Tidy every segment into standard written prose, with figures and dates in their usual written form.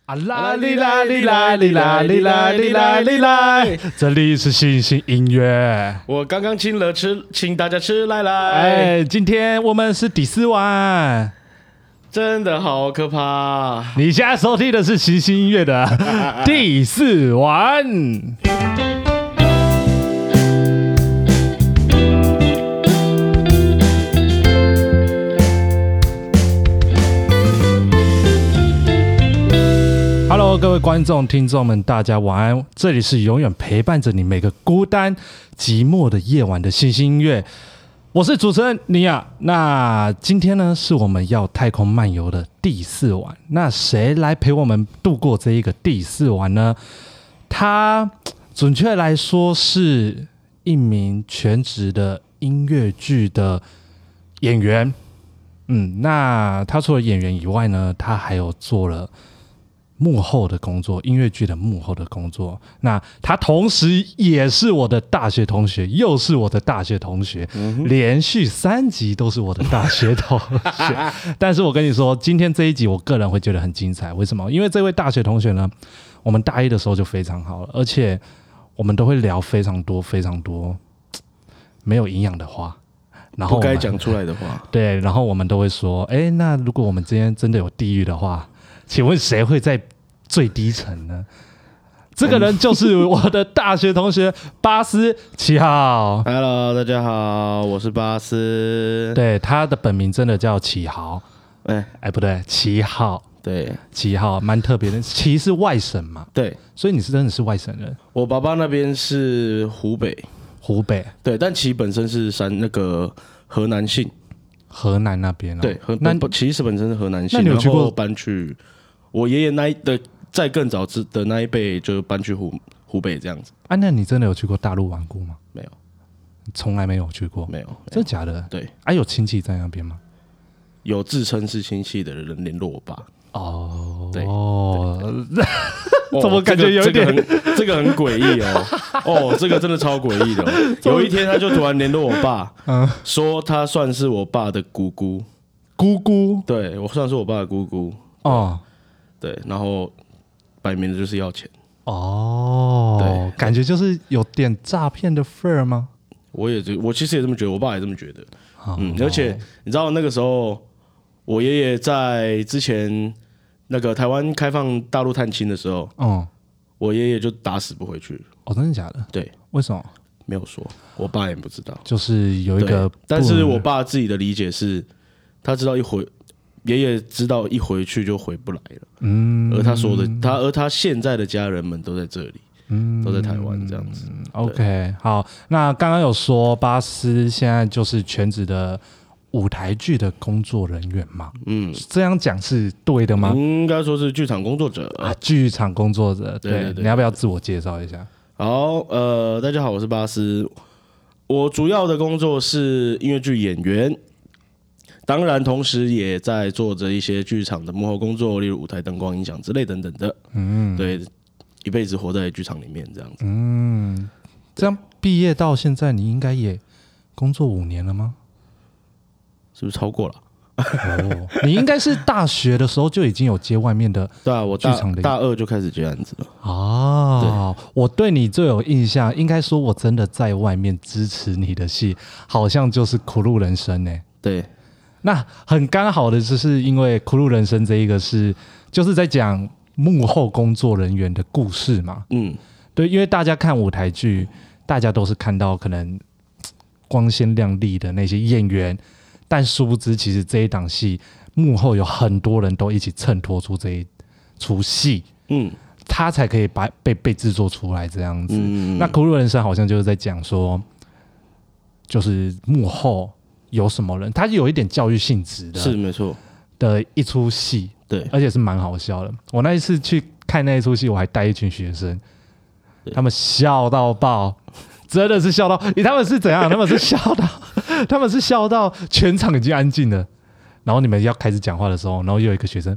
啊啦哩啦哩啦哩啦哩啦哩啦哩啦，这里是星星音乐。 我刚刚请了吃，请大家吃来来。 哎，今天我们是第4晚， 真的好可怕。 你现在收听的是星星音乐的第4晚。Hello， 各位观众、听众们，大家晚安！这里是永远陪伴着你每个孤单、寂寞的夜晚的星星音乐，我是主持人尼亚。那今天呢，是我们要太空漫游的第4晚。那谁来陪我们度过这一个第4晚呢？他准确来说是一名全职的音乐剧的演员。那他除了演员以外呢，他还有做了幕后的工作，音乐剧的幕后的工作。那他同时也是我的大学同学，又是我的大学同学，连续3集都是我的大学同学。但是我跟你说，今天这一集我个人会觉得很精彩。为什么？因为这位大学同学呢，我们大一的时候就非常好了，而且我们都会聊非常多非常多没有营养的话，然后不该讲出来的话。 对，然后我们都会说，那如果我们今天真的有地狱的话，请问谁会在最低层呢？这个人就是我的大学同学巴斯7号。 Hello， 大家好，我是巴斯。 对，他的本名真的叫启豪。不对，7号。 对 ，7号蛮特别的。7是外省嘛？ 对， 所以你是真的是外省人。 我爸爸那边是湖北。 湖北。 对，但其本身是那个河南姓。 河南那边对，其实本身是河南姓。 那你有去过？ 然后搬去我爷爷在更早的那一辈就搬去湖北这样子。 那你真的有去过大陆玩过吗？ 没有， 从来没有去过。 没有， 真的假的？ 对。 有亲戚在那边吗？ 有自称是亲戚的人联络我爸。 对。 怎么感觉有一点这个很诡异哦？这个真的超诡异的哦。有一天他就突然联络我爸，说他算是我爸的姑姑。 姑姑？ 对，我算是我爸的姑姑。对，然后摆明的就是要钱。 对，感觉就是有点诈骗的份儿吗？ 我其实也这么觉得，我爸也这么觉得。而且你知道那个时候，我爷爷在之前那个台湾开放大陆探亲的时候，我爷爷就打死不回去。 真的假的？ 对， 为什么？ 没有说，我爸也不知道。 就是有一个， 但是我爸自己的理解是，他知道爷爷知道一回去就回不来了。而他说的，而他现在的家人们都在这里，都在台湾这样子。 OK， 好，那刚刚有说巴斯现在就是全职的舞台剧的工作人员嘛？这样讲是对的吗？ 应该说是剧场工作者剧场工作者。 对， 你要不要自我介绍一下？ 好，大家好，我是巴斯。我主要的工作是音乐剧演员，当然同时也在做着一些剧场的幕后工作，例如舞台灯光、音响之类等等的。对，一辈子活在剧场里面这样子。 这样毕业到现在，你应该也工作5年了吗？ 是不是超过了？ 你应该是大学的时候就已经有接外面的。 对啊，我大2就开始接案子了。 我对你最有印象，应该说我真的在外面支持你的戏，好像就是《苦路人生》欸。 对， 那很刚好的就是因为《苦路人生》这一个就是在讲幕后工作人员的故事嘛。对，因为大家看舞台剧，大家都是看到可能光鲜亮丽的那些演员。但殊不知，其实这一档戏幕后有很多人都一起衬托出这一出戏，他才可以被制作出来这样子。那《苦路人生》好像就是在讲说，就是幕后有什么人，他有一点教育性质的， 是没错的一出戏， 对， 而且是蛮好笑的。我那一次去看那一出戏，我还带一群学生，他们笑到爆。真的是笑到，他们是怎样？他们是笑到全场已经安静了，然后你们要开始讲话的时候，然后又有一个学生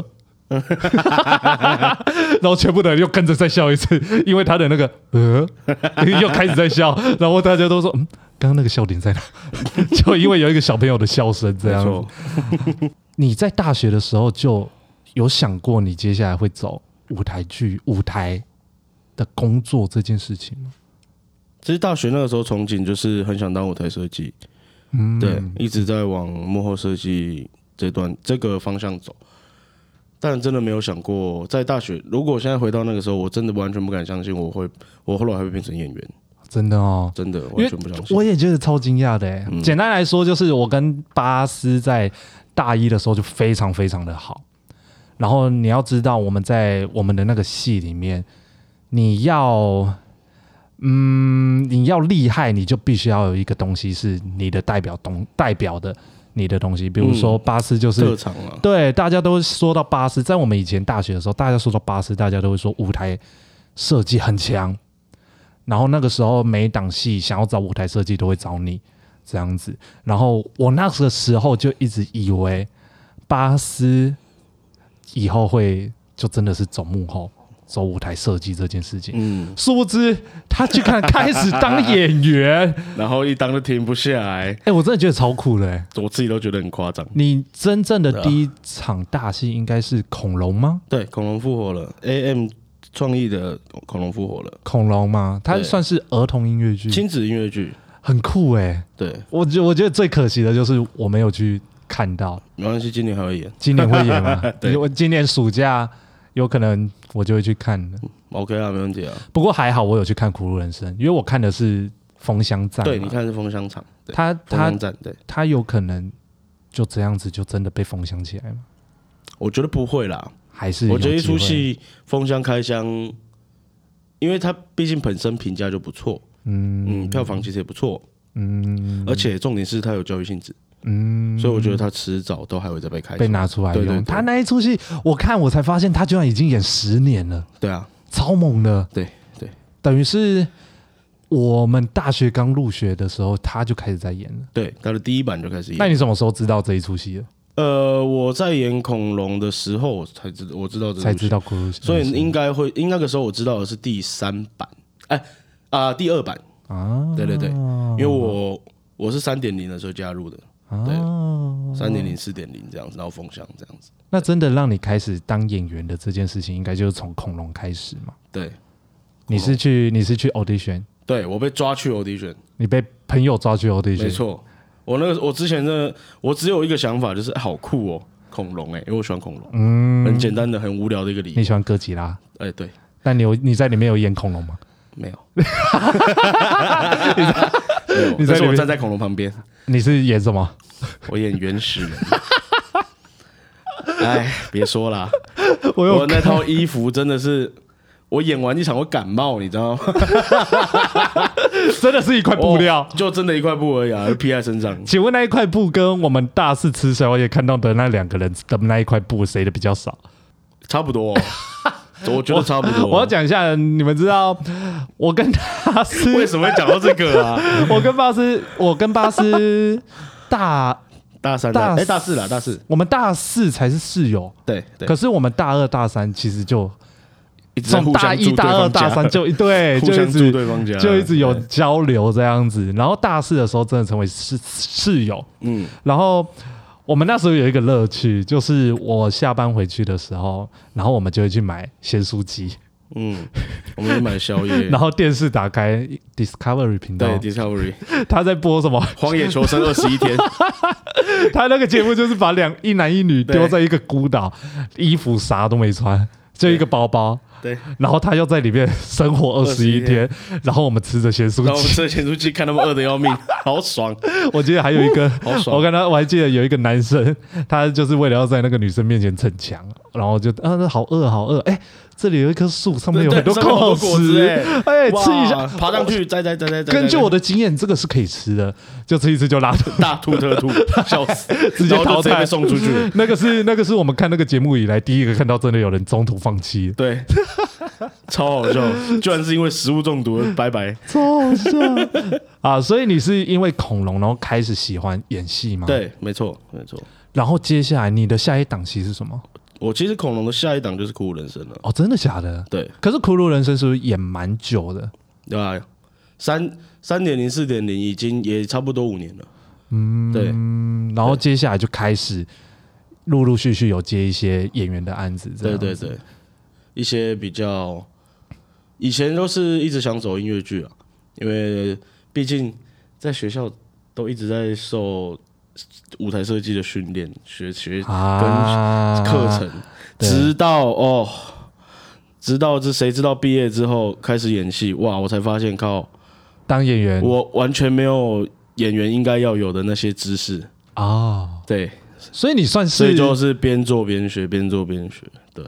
然后全部的人又跟着再笑一次，因为他的那个又开始在笑，然后大家都说刚刚那个笑点在哪？就因为有一个小朋友的笑声这样。你在大学的时候就有想过你接下来会走舞台剧、舞台的工作这件事情吗？ 其实大学那个时候憧憬就是很想当舞台设计，对，一直在往幕后设计这个方向走。但真的没有想过，在大学，如果我现在回到那个时候，我真的完全不敢相信我后来还会变成演员。 真的哦， 真的完全不相信。 我也觉得超惊讶的。简单来说，就是我跟巴斯在大一的时候就非常非常的好。然后你要知道，我们在我们的那个系里面，你要厉害，你就必须要有一个东西是你的代表的你的东西。比如说巴斯就是特长啊， 对，大家都会说到巴斯。在我们以前大学的时候，大家说到巴斯，大家都会说舞台设计很强。然后那个时候每一档戏想要找舞台设计都会找你这样子。然后我那个时候就一直以为巴斯以后会就真的是走幕后、走舞台设计这件事情。殊不知他居然开始当演员， 然后一当就停不下来。 我真的觉得超酷的。 我自己都觉得很夸张。 你真正的第一场大戏应该是恐龙吗？ 对，恐龙复活了。AM 创意的恐龙复活了。 恐龙吗？它算是儿童音乐剧， 亲子音乐剧， 很酷对， 我觉得最可惜的就是我没有去看到。 没关系，今年还会演。 今年会演吗？ 对， 我今年暑假有可能我就会去看了。 OK 啊，没问题啊。 不过还好我有去看《苦路人生》，因为我看的是封箱站。 对，你看是封箱场。 他有可能就这样子就真的被封箱起来吗？ 我觉得不会啦。 还是我觉得一出戏封箱开箱，因为它毕竟本身评价就不错，票房其实也不错，而且重点是它有教育性质，所以我觉得它迟早都还会再被拿出来用。对， 他那一出戏，我才发现他居然已经演10年了。 对啊， 超猛的。 对， 等于是我们大学刚入学的时候，他就开始在演了。 对，他的第一版就开始演。 那你什么时候知道这一出戏的？ 我在演恐龙的时候我知道这才知道苦路， 所以那个时候我知道的是第3版，第2版啊，对，因为我是3.0的时候加入的，对，3.0、4.0这样子，然后封箱这样子。 那真的让你开始当演员的这件事情，应该就是从恐龙开始嘛？ 对， 你是去 audition？ 对，我被抓去 audition， 你被朋友抓去 audition？ 没错。我之前我只有一个想法，就是好酷哦，恐龙因为我喜欢恐龙，很简单的、很无聊的一个理由。 你喜欢哥吉拉？ 对。 但你在里面有演恐龙吗？ 没有。 你但是我站在恐龙旁边。 你是演什么？ 我演原始人。别说啦，我那套衣服真的是。我演完一场会感冒，你知道吗？ 真的是一块布料， 就真的一块布而已啊，披在身上。 请问那一块布跟我们大四吃宵夜看到的那2个人的那一块布，谁的比较少？ 差不多我觉得差不多。 我要讲一下，你们知道我跟大四为什么会讲到这个啊？ 我跟巴斯大 3大4啦，大4， 我们大4才是室友。 对。 可是我们大2、大3其实就。从大1、大2、大3就一直有交流这样子，然后大4的时候真的成为室友。然后我们那时候有一个乐趣，就是我下班回去的时候，然后我们就会去买咸酥鸡。 我们去买宵夜， 然后电视打开 Discovery 频道， 对 Discovery， 他在播什么？ 荒野求生21天。 他那个节目就是把一男一女丢在一个孤岛，衣服啥都没穿，就一个包包。 对， 然后他要在里面生活21天，然后我们吃着咸酥鸡， 然后我们吃着咸酥鸡，看他们饿得要命，好爽。 我记得还有一个， 好爽。 我还记得有一个男生，他就是为了要在那个女生面前逞强，然后就好饿，这里有一棵树，上面有很多果实，吃一下， 爬上去，再。 根据我的经验，这个是可以吃的，就吃一次就拉大吐特吐，笑死， 直接淘汰被送出去。 那个是我们看那个节目以来第一个看到真的有人中途放弃。 对，超好笑，居然是因为食物中毒，拜拜， 超好笑啊！所以你是因为恐龙，然后开始喜欢演戏吗？ 对，没错。 然后接下来你的下一档戏是什么？ 我其实恐龙的下一档就是《苦路人生》了。 哦，真的假的？ 对。 可是《苦路人生》是不是演蛮久的？ 对吧？3.0、4.0已经也差不多5年了。对。 然后接下来就开始陆陆续续有接一些演员的案子， 对对对，一些比较以前都是一直想走音乐剧啊，因为毕竟在学校都一直在受舞台设计的训练，学跟课程，直到谁知道毕业之后开始演戏，哇，我才发现靠， 当演员我完全没有演员应该要有的那些知识哦， 对， 所以你算是， 所以就是边做边学，边做边学，对。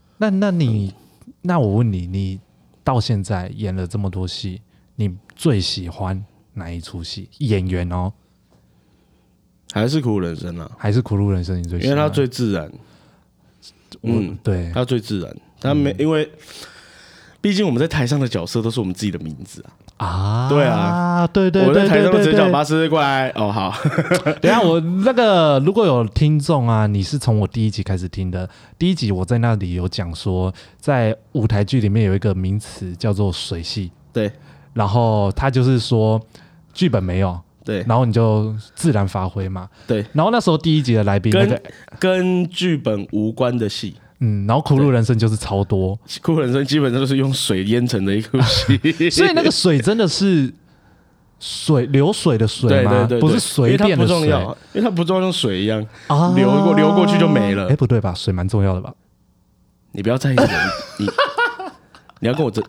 那我问你，你到现在演了这么多戏，你最喜欢哪一出戏？演员哦， 还是苦人生啊， 还是苦路人生？你最喜欢？ 因为它最自然。 对， 它最自然，它没，因为毕竟我们在台上的角色都是我们自己的名字啊。对啊， 对， 我在台上的直角巴士过来哦，好。 等一下我那个如果有听众啊，你是从我第一集开始听的，第一集我在那里有讲说，在舞台剧里面有一个名词叫做水戏， 对， 然后他就是说剧本没有。 对， 然后你就自然发挥嘛。 对， 然后那时候第一集的来宾跟剧本无关的戏， 然后苦路人生就是超多， 苦路人生基本上都是用水淹成的一部戏， 所以那个水真的是流水的水吗？ 对， 不是随便的水， 因为它不重要，像水一样流过去就没了。 不对吧？水蛮重要的吧？ 你不要在意你要跟我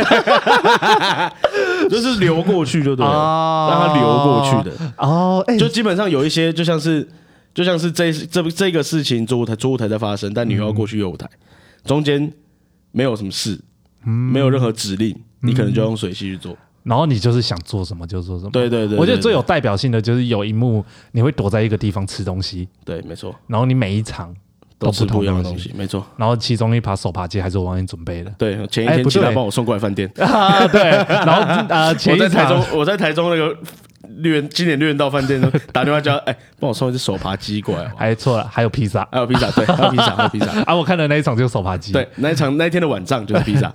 就是流过去就对了，让它流过去的就基本上有一些就像是这个事情左舞台在发生，但你又要过去右舞台，中间没有什么事，没有任何指令，你可能就用水戏去做， 然后你就是想做什么就做什么。 对， 我觉得最有代表性的就是有一幕你会躲在一个地方吃东西， 对，没错， 然后你每一场都吃不一样的东西，没错。 然后其中一把手扒鸡还是我帮你准备的， 对，前一天其他帮我送过来饭店对，然后前一场我在台中那个经典绿园道饭店打电话叫帮我送一只手扒鸡过来， 还错了，还有披萨， 对，还有披萨啊！我看的那一场就是手扒鸡， 对，那一天的晚上就是披萨，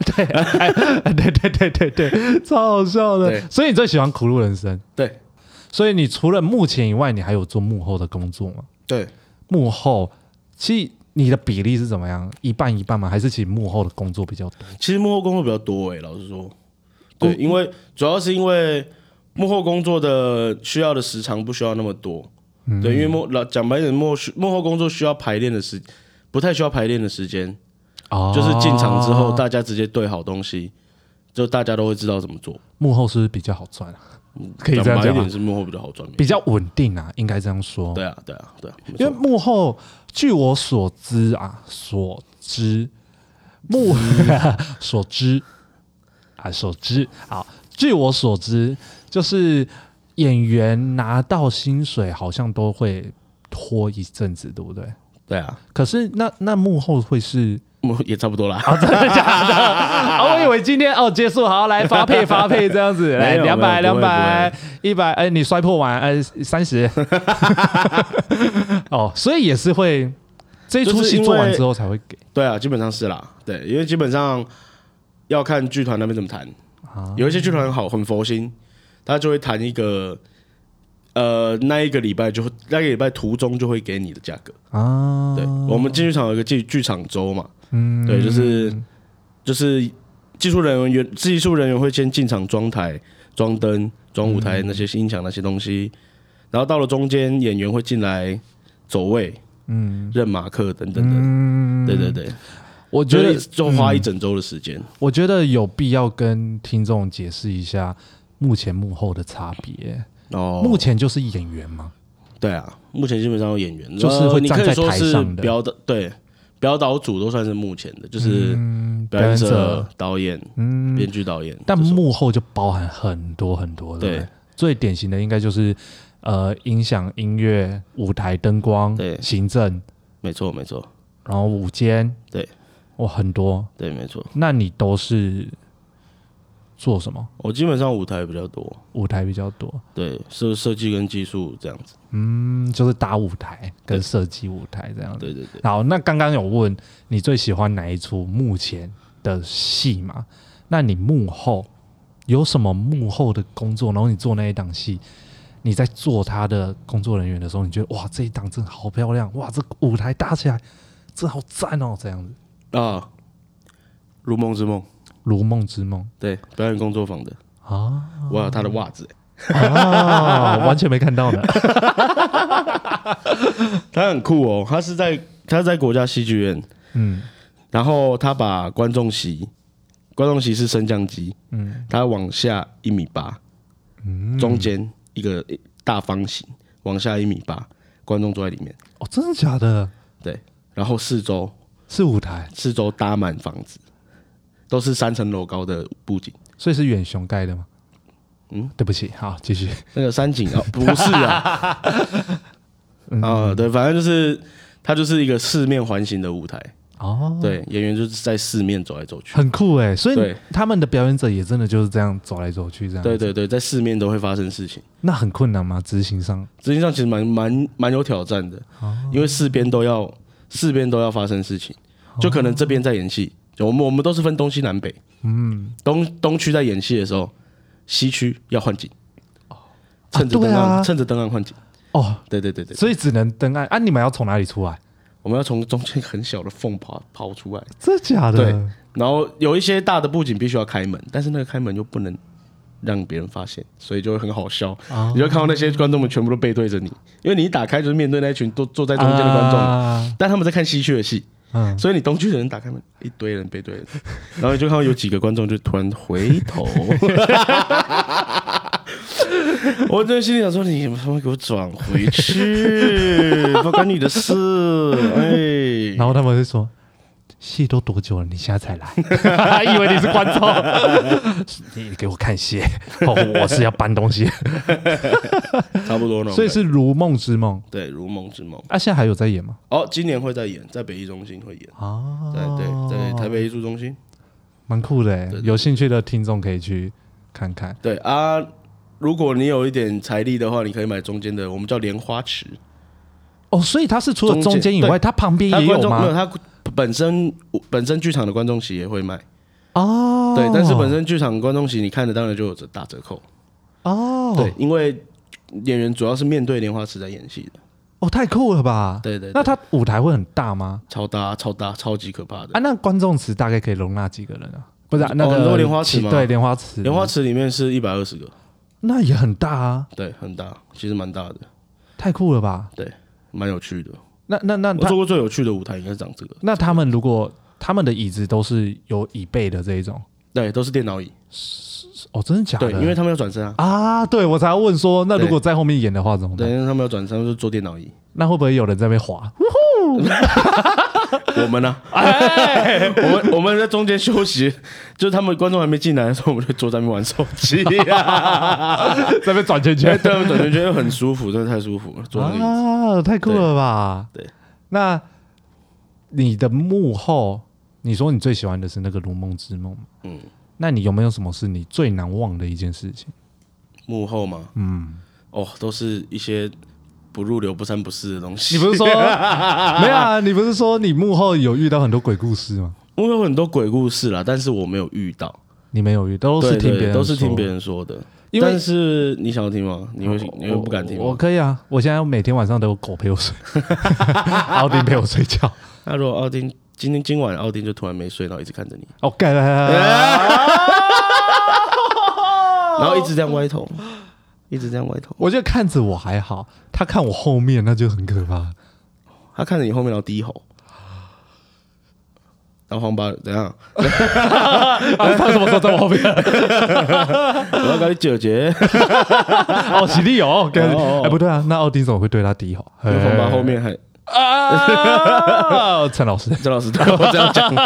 对，超好笑的。所以你最喜欢苦路人生， 对， 所以你除了幕前以外，你还有做幕后的工作吗？ 对， 幕后。其实你的比例是怎么样？一半一半吗？还是其实幕后的工作比较多？ 其实幕后工作比较多老实说，对，主要是因为幕后工作的需要的时长不需要那么多，对，因为讲白一点，幕后工作需要排练的不太需要排练的时间，就是进场之后大家直接对好东西，就大家都会知道怎么做。 幕后是不是比较好赚啊？可以这样讲吗？ 是幕后比较好赚， 比较稳定啊，应该这样说。 对啊， 因为幕后，据我所知，好，据我所知，就是演员拿到薪水好像都会拖一阵子，对不对？ 对啊。 可是那幕后会是？ 也差不多啦。 真的假的？我以为今天结束，好来发配这样子，来200 100，你摔破完30。所以也是会这一出戏做完之后才会给。 对啊，基本上是啦。对，因为基本上要看剧团那边怎么谈。有一些剧团很佛心，他就会谈一个那一个礼拜途中就会给你的价格啊。对，我们进剧场有一个剧场周嘛。对，就是技术人员会先进场装台、装灯、装舞台那些音响那些东西，然后到了中间演员会进来走位、认马克等等的，对， 我觉得就花一整周的时间。 我觉得有必要跟听众解释一下幕前幕后的差别。幕前就是演员吗？ 对啊，目前基本上有演员， 就是会站在台上的， 对。表导组都算是幕前的，就是表演者、导演、编剧、导演。 但幕后就包含很多很多， 对。 最典型的应该就是音响、音乐、舞台、灯光、行政， 没错。 然后舞监， 对， 很多， 对，没错。 那你都是做什么？ 我基本上舞台比较多，对，是设计跟技术这样子。 就是搭舞台跟设计舞台这样子。 对。 好，那刚刚有问你最喜欢哪一出幕前的戏嘛？那你幕后有什么幕后的工作？然后你做那一档戏， 你在做他的工作人员的时候，你觉得哇，这一档真的好漂亮，哇，这舞台搭起来真好赞哦，这样子啊，如梦之梦， 如梦之梦对，表演工作坊的啊， 我有他的袜子、 啊，完全没看到呢。 他很酷哦，他在国家戏剧院，然后他把观众席是升降机，他往下1.8米，中间一个大方形，往下1.8米，观众坐在里面。 哦，真的假的？ 对，然后四周是舞台， 四周搭满房子，都是3层楼高的布景。 所以是远雄盖的吗？对不起，好，继续。 那个山景啊，不是啊，对，反正就是它就是一个四面环形的舞台。哦，对，演员就是在四面走来走去， 很酷哎。所以他们的表演者也真的就是这样走来走去，这样。 对对对，在四面都会发生事情。 那很困难吗？执行上其实蛮有挑战的，因为四边都要发生事情，就可能这边在演戏，我们都是分东西南北。东区在演戏的时候，西区要换景，趁着灯暗换景。哦，对， 所以只能灯暗啊！你们要从哪里出来？ 我们要从中间很小的缝跑出来。 真的假的？ 对，然后有一些大的布景必须要开门，但是那个开门又不能让别人发现，所以就会很好笑。你就看到那些观众们全部都背对着你，因为你一打开就是面对那一群都坐在中间的观众，但他们在看西区的戏。所以你东区的人打开门，一堆人背对人，然后你就看到有几个观众就突然回头，我在心里想说：“你他妈给我转回去，不关你的事。”哎， 然后他们会说：“戏都多久了，你现在才来？以为你是观众，你给我看戏，我是要搬东西。” 差不多了。 所以是《如梦之梦》。 对，《如梦之梦》。 啊，现在还有在演吗？ 哦，今年会在演，在北艺中心会演。哦，对，在台北艺术中心， 蛮酷的。有兴趣的听众可以去看看。 对啊，如果你有一点财力的话，你可以买中间的，我们叫莲花池。 哦，所以它是除了中间以外，它旁边也有吗？ 没有，它本身剧场的观众席也会卖。哦，对，但是本身剧场观众席你看的当然就有打折扣。哦，对，因为演员主要是面对莲花池在演戏的。 哦，太酷了吧！ 对， 那它舞台会很大吗？ 超大，超级可怕的。 啊，那观众池大概可以容纳几个人啊？不是那个莲花池吗？ 对，莲花池。 莲花池里面是120个， 那也很大啊。 对，很大，其实蛮大的。 太酷了吧？ 对，蛮有趣的。 那我做过最有趣的舞台应该是长这个。 那他们如果他们的椅子都是有椅背的这一种， 对，都是电脑椅。 哦，真的假的？ 对，因为他们要转身啊。 啊，对，我才要问说，那如果在后面演的话怎么办？ 对，因为他们要转身，就坐电脑椅。 那会不会有人在那边滑？ 我们呢？我们在中间休息，就是他们观众还没进来的时候，我们就坐在那边玩手机， 在那边转圈圈， 对，转圈圈很舒服，真的太舒服了。坐那个椅子啊，太酷了吧？ 对， 那你的幕后，你说你最喜欢的是那个《如梦之梦》，那你有没有什么是你最难忘的一件事情？ 幕后吗？都是一些不入流、不三不四的东西。 你不是说没有啊？你不是说你幕后有遇到很多鬼故事吗？ 幕后有很多鬼故事啦，但是我没有遇到。 你没有遇到，都是听别人说的。但是你想要听吗？你会不敢听吗？ 我可以啊，我现在每天晚上都有狗陪我睡，奥丁陪我睡觉。 那如果奥丁今晚奥丁就突然没睡，然后一直看着你， 干然后一直这样歪头， 我觉得看着我还好，他看我后面那就很可怕。 他看着你后面，然后低吼，然后黄八怎样？ 他什么时候在我后面？ 我要跟你解决。 哦，喜力有，不对啊，那奥丁怎么会对他低吼？ 因为黄八后面还陈老师， 我这样讲。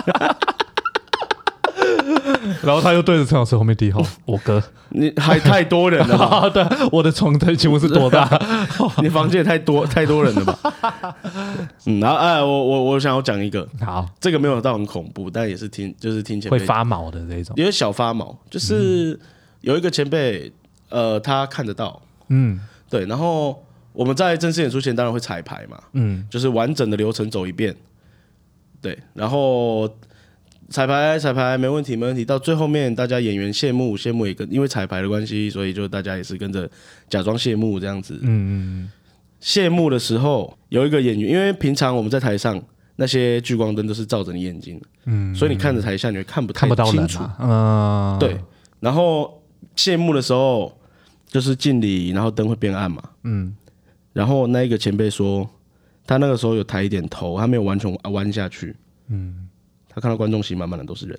然后他又对着陈老师后面低吼：“我哥， 你还太多人了吧？ 对，我的床的请问是多大？ 你房间也太多人了吧？”然后我想要讲一个， 好， 这个没有到很恐怖，但也是听前辈会发毛的这种， 有点小发毛，就是有一个前辈，他看得到，对，然后我们在正式演出前当然会彩排嘛，就是完整的流程走一遍，对，然后彩排没问题没问题，到最后面大家演员谢幕也跟因为彩排的关系，所以就大家也是跟着假装谢幕这样子。谢幕的时候有一个演员，因为平常我们在台上那些聚光灯都是照着你眼睛的，所以你看着台下你会看不太清楚。对。然后谢幕的时候就是敬礼，然后灯会变暗嘛。然后那一个前辈说，他那个时候有抬一点头，他没有完全弯下去。他看到观众席满满的都是人。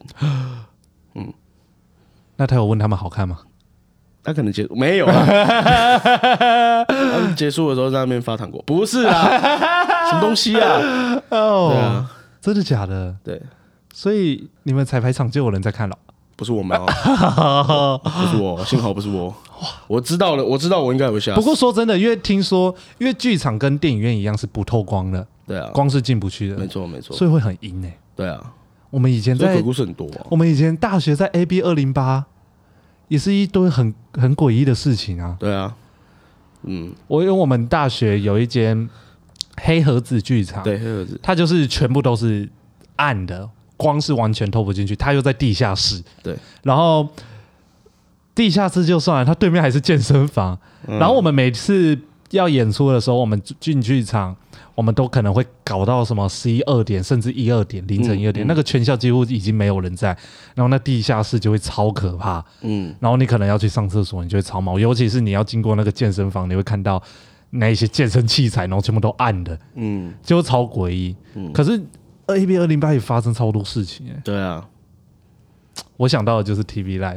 那他有问他们好看吗？ 他可能没有啊。他们结束的时候在那边发糖果，不是啊，什么东西啊？对啊， 真的假的？ 对， 所以你们彩排场就有人在看了？ 不是我们哦，不是我，幸好不是我。我知道了，我知道我应该有下。 不过说真的，因为听说，因为剧场跟电影院一样是不透光的， 对啊， 光是进不去的， 没错没错， 所以会很阴欸。 对啊， 我们以前在鬼故事很多啊， 我们以前大学在 AB 208也是一堆很诡异的事情啊。 对啊， 因为我们大学有一间黑盒子剧场， 对，黑盒子， 它就是全部都是暗的，光是完全透不进去，它又在地下室， 对， 然后地下室就算了，它对面还是健身房，然后我们每次要演出的时候，我们进剧场，我们都可能会搞到什么11、2点，甚至1、2点，凌晨1、2点，那个全校几乎已经没有人在，然后那地下室就会超可怕，然后你可能要去上厕所，你就会超毛，尤其是你要经过那个健身房，你会看到那一些健身器材，然后全部都暗的，就超诡异。可是AB 208也发生超多事情对啊， 我想到的就是 TV Live。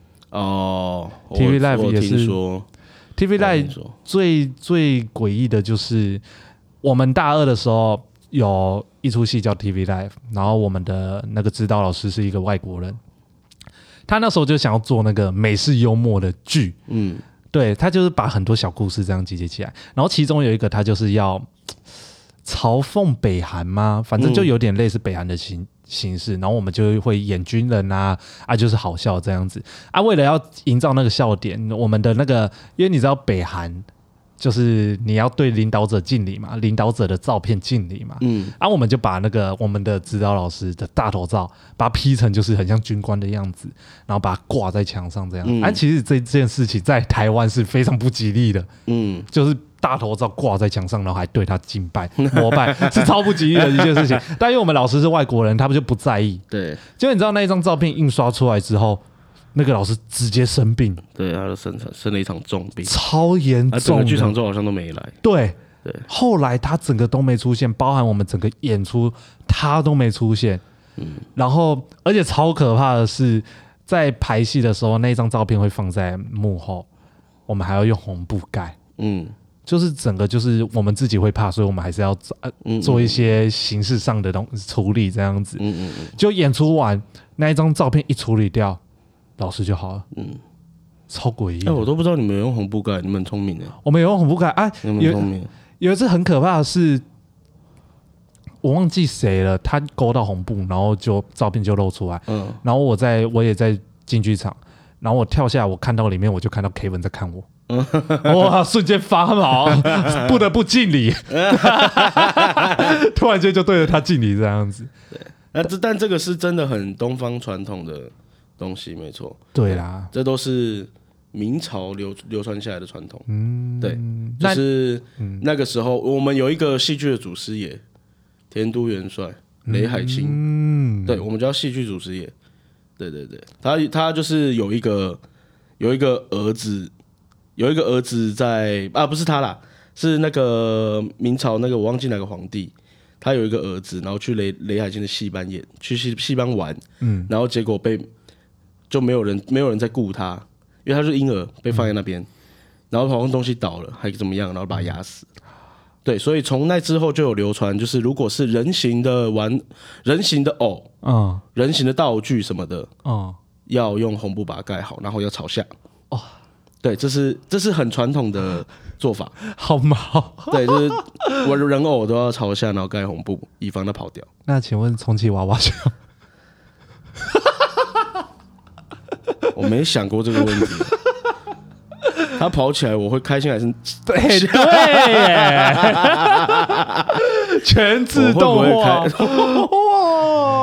TV Live 也是，TV Live 最诡异的就是我们大二的时候有一出戏叫 TV Live， 然后我们的那个指导老师是一个外国人，他那时候就想要做那个美式幽默的剧，对，他就是把很多小故事这样集结起来，然后其中有一个他就是要嘲讽北韩吗？反正就有点类似北韩的形式，然后我们就会演军人啊，就是好笑这样子啊。为了要营造那个笑点，我们的那个，因为你知道北韩就是你要对领导者敬礼嘛，领导者的照片敬礼嘛，我们就把那个我们的指导老师的大头照，把它 P 成就是很像军官的样子，然后把它挂在墙上这样。其实这件事情在台湾是非常不吉利的，就是大头照挂在墙上，然后还对他敬拜膜拜，是超不吉利的一件事情。但因为我们老师是外国人，他们就不在意。对，结果你知道那一张照片印刷出来之后，那个老师直接生病， 对，他就生了一场重病， 超严重的， 整个剧场周好像都没来。 对，后来他整个都没出现，包含我们整个演出他都没出现。然后而且超可怕的是，在排戏的时候，那一张照片会放在幕后，我们还要用红布盖。就是整个就是我们自己会怕，所以我们还是要做一些形式上的处理，这样子。就演出完那一张照片一处理掉，老师就好了。超诡异。 我都不知道你们有用红布盖，你们很聪明。 我们有用红布盖， 你们很聪明。 有一次很可怕的是，我忘记谁了，他勾到红布，然后就照片就露出来。然后我也在进剧场，然后我跳下来，我看到里面，我就看到 Kevin 在看我。哇！瞬间发毛，不得不敬礼。突然间就对着他敬礼这样子。 对，但这个是真的很东方传统的东西，没错。 对啦， 这都是明朝流传下来的传统。对，就是那个时候我们有一个戏剧的祖师爷，田都元帅雷海清。对，我们叫戏剧祖师爷。对对对，他就是有一个儿子。有一个儿子在不是他啦，是那个明朝那个我忘记哪个皇帝，他有一个儿子，然后去雷海清的戏班去戏班玩，然后结果就没有人在顾他，因为他是婴儿被放在那边，然后好像东西倒了还怎么样，然后把他压死。对，所以从那之后就有流传，就是如果是人形的偶，人形的道具什么的，要用红布把它盖好，然后要朝下。对，这是很传统的做法， 好毛。 对，就是我人偶都要朝下，然后盖红布，以防它跑掉。 那请问充气娃娃球？ 我没想过这个问题。他跑起来，我会开心还是？ 对，全自动化。哇，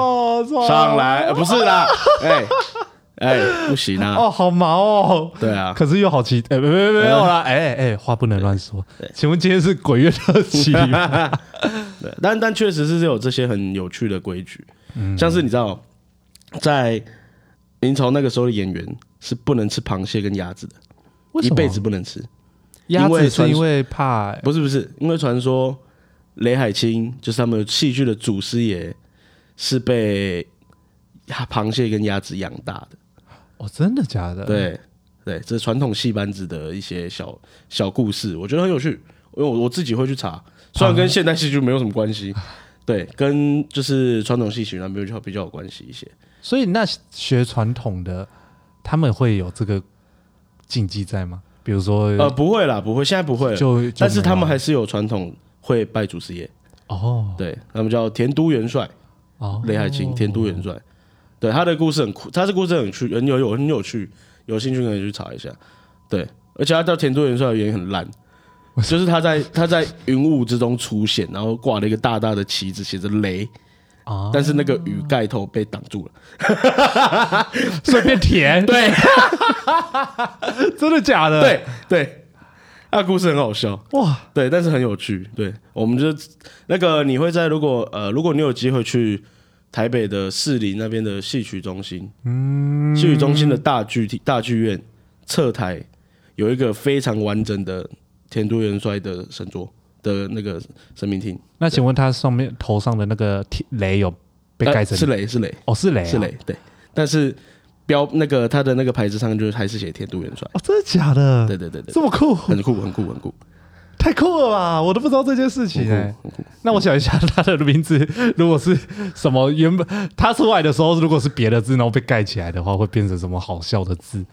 上来，不是啦，不行啊！ 哦，好毛哦。 对啊， 可是又好奇，没有啦，话不能乱说。请问今天是鬼月特辑吗？ 对，但确实是有这些很有趣的规矩，像是你知道，在明朝那个时候的演员是不能吃螃蟹跟鸭子的，一辈子不能吃。 鸭子是因为怕？ 不是，因为传说雷海清就是他们戏剧的祖师爷，是被螃蟹跟鸭子养大的。 哦，真的假的？ 对，这是传统戏班子的一些小故事，我觉得很有趣，因为我自己会去查，虽然跟现代戏剧没有什么关系，对，跟就是传统戏曲那边比较有关系一些。 所以那学传统的他们会有这个禁忌在吗？比如说不会啦，不会，现在不会了，但是他们还是有传统会拜祖师爷哦，对，他们叫田都元帅哦，雷海清田都元帅，对，他的故事很酷，他的故事很有趣，有兴趣可以去查一下，对，而且他叫田都元帅的原因很烂。就是他在云雾之中出现，然后挂了一个大大的旗子，写着雷，但是那个雨盖头被挡住了， 所以变甜。 对， 真的假的？ 对，那故事很好笑哇，对，但是很有趣。对，我们就那个你会在如果你有机会去台北的士林那边的戏曲中心，戏曲中心的大剧院侧台有一个非常完整的田都元帅的神桌的那个神明厅。 那请问他上面头上的那个雷有被盖成？ 是雷哦， 是雷， 对。但是那个他的那个牌子上就是还是写田都元帅。 哦，真的假的？ 对， 这么酷， 很酷， 太酷了吧！我都不知道这件事情很酷。那我想一下，他的名字如果是什么原本他出来的时候，如果是别的字，然后被盖起来的话，会变成什么好笑的字？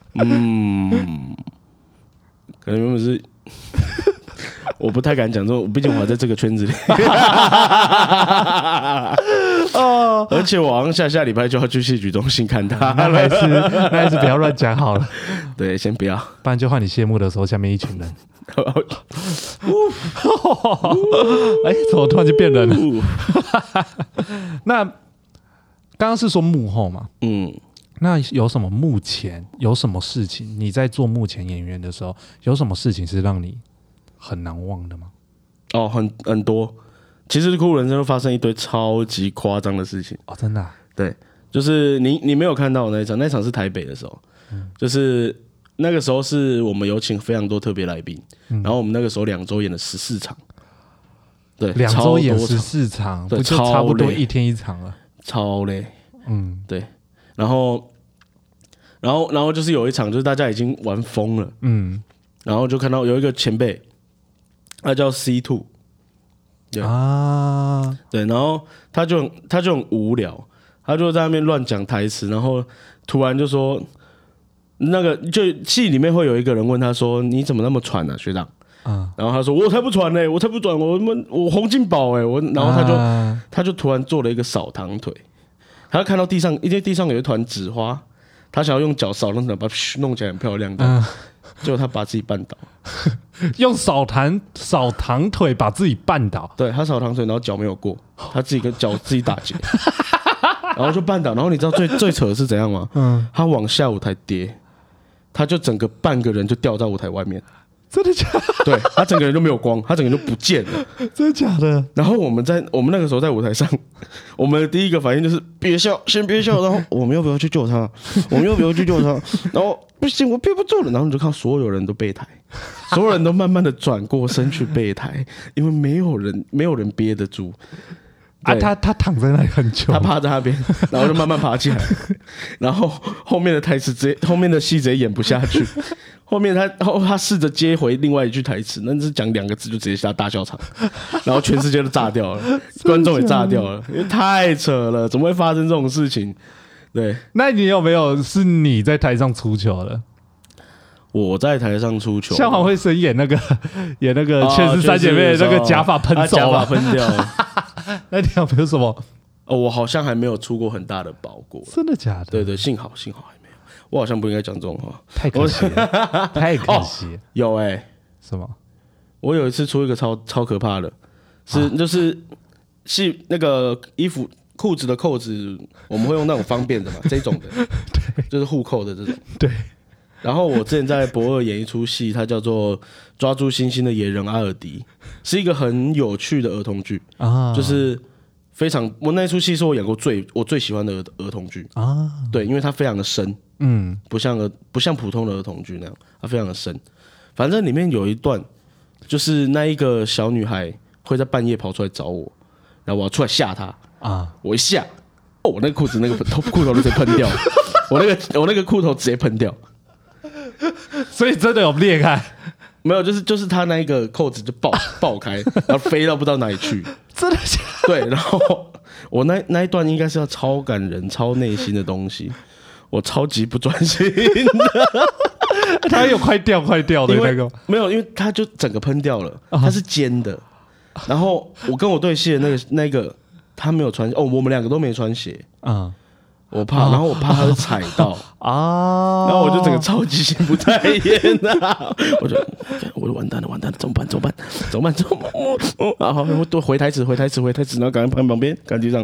可能原本是。我不太敢讲这种，毕竟我还在这个圈子里。而且我好像下礼拜就要去戏剧中心看他， 那还是不要乱讲好了。 对，先不要， 不然就换你谢幕的时候，下面一群人。怎么突然就变人了？那刚刚是说幕后嘛？那有什么幕前有什么事情？你在做幕前演员的时候，有什么事情是让你很难忘的吗？ 哦，很多。其实酷人生会发生一堆超级夸张的事情哦，真的、啊？ 对，就是你没有看到那一场是台北的时候，就是那个时候是我们有请非常多特别来宾，然后我们那个时候2周演了14场，对 ，2周演14场，不就差不多1天1场了？ 超累，对，然后就是有一场就是大家已经玩疯了，然后就看到有一个前辈，他叫 C2， 对啊，对，然后他就很无聊，他就在那边乱讲台词，然后突然就说，那个就戏里面会有一个人问他说：“你怎么那么喘啊，学长？”然后他说：“我才不喘呢，我才不喘，我洪金宝哎，然后他就突然做了一个扫堂腿，他看到地上，因为地上有一团纸花。他想要用脚扫，让把它弄起来很漂亮的，结果他把自己绊倒， 用扫堂腿把自己绊倒。 对，他扫堂腿，然后脚没有过，他自己跟脚自己打结，然后就绊倒。然后你知道最扯的是怎样吗？他往下舞台跌，他就整个半个人就掉在舞台外面。 真的假的？ 对，他整个人都没有光，他整个人就不见了。 真的假的？ 然后我们那个时候在舞台上，我们的第一个反应就是别笑，先别笑。然后我们要不要去救他？然后不行，我憋不住了。然后你就看所有人都备台，所有人都慢慢的转过身去备台，因为没有人憋得住。 他躺在那里很久， 他趴在那边，然后就慢慢爬起来，然后后面的台词后面的戏直接演不下去。后面他试着接回另外一句台词，那是讲2个字就直接下大笑场，然后全世界都炸掉了，观众也炸掉了，因为太扯了，怎么会发生这种事情？对， 那你有没有是你在台上出糗了？ 我在台上出糗， 像黄慧生演那个《劝世三姐妹》那个假发喷走了， 假发喷掉了。 那你有没有什么？ 我好像还没有出过很大的包过， 真的假的？ 对，幸好还没有。我好像不应该讲这种话， 太可惜了，太可惜了。 有什么？ 我有一次出一个超可怕的，就是戏那个衣服裤子的扣子我们会用那种方便的嘛，这种的，就是互扣的这种。 对。 然后我之前在博二演一出戏，它叫做《抓住星星的野人阿尔迪》，是一个很有趣的儿童剧啊，就是非常我那出戏是我演过我最喜欢的儿童剧啊，对，因为它非常的深，不像普通的儿童剧那样，它非常的深。反正里面有一段，就是那一个小女孩会在半夜跑出来找我，然后我要出来吓她啊，我一吓，我那个裤子那个裤头就直接喷掉，我那个裤头直接喷掉。 所以真的有裂开？ 没有，就是他那一个扣子就爆开，然后飞到不知道哪里去。 真的假的？ 对，然后我那一段应该是要超感人、超内心的东西，我超级不专心的。 他有快掉的那个？ 没有，因为他就整个喷掉了，他是尖的。然后我跟我对戏的那个他没有穿我们两个都没穿鞋啊。我怕，然后我怕他会踩到啊，然后我就整个超级心不在焉啊！我就完蛋了，怎么办？然后我回台词，然后赶快看旁边，看地上，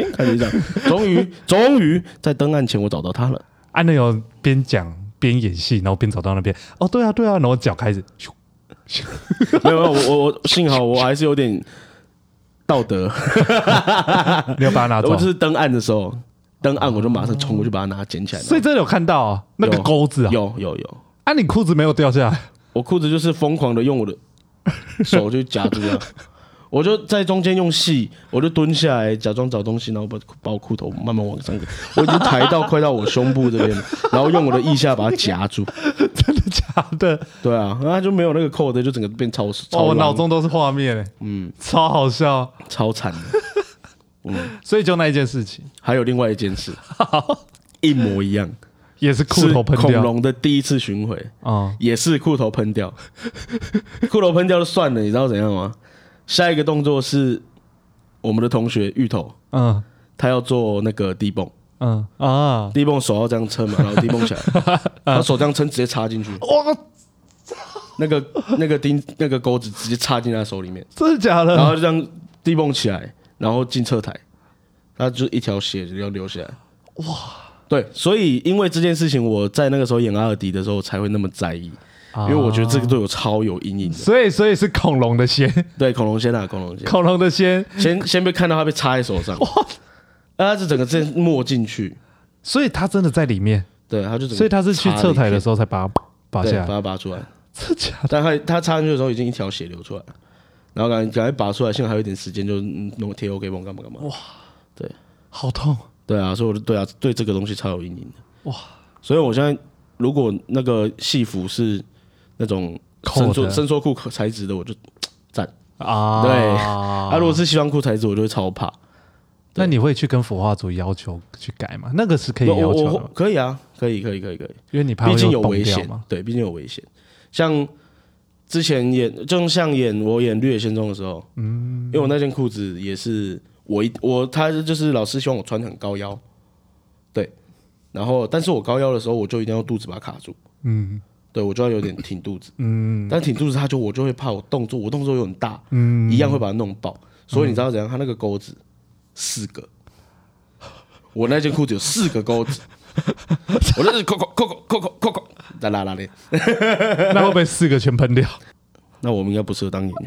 终于在登岸前我找到他了。 安内有边讲边演戏，然后边走到那边。哦，对啊，然后脚开始， 没有，我幸好我还是有点道德， 你要把它拿走。 我就是登岸的时候。登岸我就马上冲过去把它捡起来， 所以真的有看到啊，那个钩子啊， 有。 啊，你裤子没有掉下来？ 我裤子就是疯狂的用我的手去夹住它，我就在中间用气，我就蹲下来假装找东西，然后把我裤头慢慢往上，我已经抬到快到我胸部这边了，然后用我的腋下把它夹住。 真的假的？ 对啊，然后就没有那个扣的，就整个变超我脑中都是画面超好笑， 超惨的。 所以就那一件事情， 还有另外一件事，一模一样， 也是裤头喷掉。 恐龙的第一次巡回也是裤头喷掉。裤头喷掉就算了，你知道怎样吗？下一个动作是我们的同学芋头，他要做那个低泵，低泵手要这样撑嘛，然后低泵起来，然后手这样撑直接插进去，那个钩子直接插进他手里面， 真的假的？ 然后就这样低泵起来。然后进侧台，他就一条血就要流下来。哇！对，所以因为这件事情，我在那个时候演阿尔迪的时候才会那么在意，因为我觉得这个对我超有阴影的。 所以是恐龙的先， 对，恐龙先恐龙的先被看到他被插在手上，哇！他是整个这没进去， 所以他真的在里面。 对，他就所以他是去侧台的时候才把它拔下来， 把它拔出来。 真假的？ 但他插进去的时候已经一条血流出来了。然后赶快拔出来，现在还有一点时间，就弄贴 OK 绷干嘛。哇，对， 好痛。 对啊，所以我对这个东西超有阴影的。哇，所以我现在如果那个戏服是那种伸缩裤材质的，我就赞啊。对，如果是西装裤材质，我就会超怕。 那你会去跟服化组要求去改吗？那个是可以要求的。 可以啊，可以，因为你怕毕竟有危险嘛。对，毕竟有危险，像。之前就像我演《绿野仙踪》的时候，因为我那件裤子也是他就是老师希望我穿很高腰，对，然后但是我高腰的时候，我就一定要肚子把它卡住，对我就要有点挺肚子，但挺肚子我就会怕我动作有点大，一样会把它弄爆，所以你知道怎样？他那个钩子4个，我那件裤子有4个钩子。我就是扣，再拉链， 那会不会4个全喷掉？ 那我们应该不适合当演员。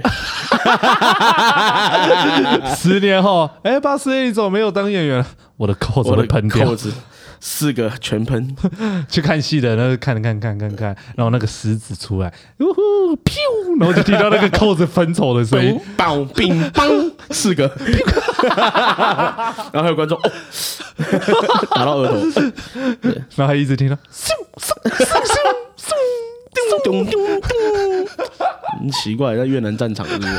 10年后，巴斯你怎么没有当演员？我的扣子会喷掉， 扣子4个全喷。 去看戏的那个看，然后那个石子出来，噗，然后就听到那个扣子分走的声音， 梆乒梆，4个，然后还有观众打到额头， 然后还一直听到， 咚，很奇怪，在越南战场是不是？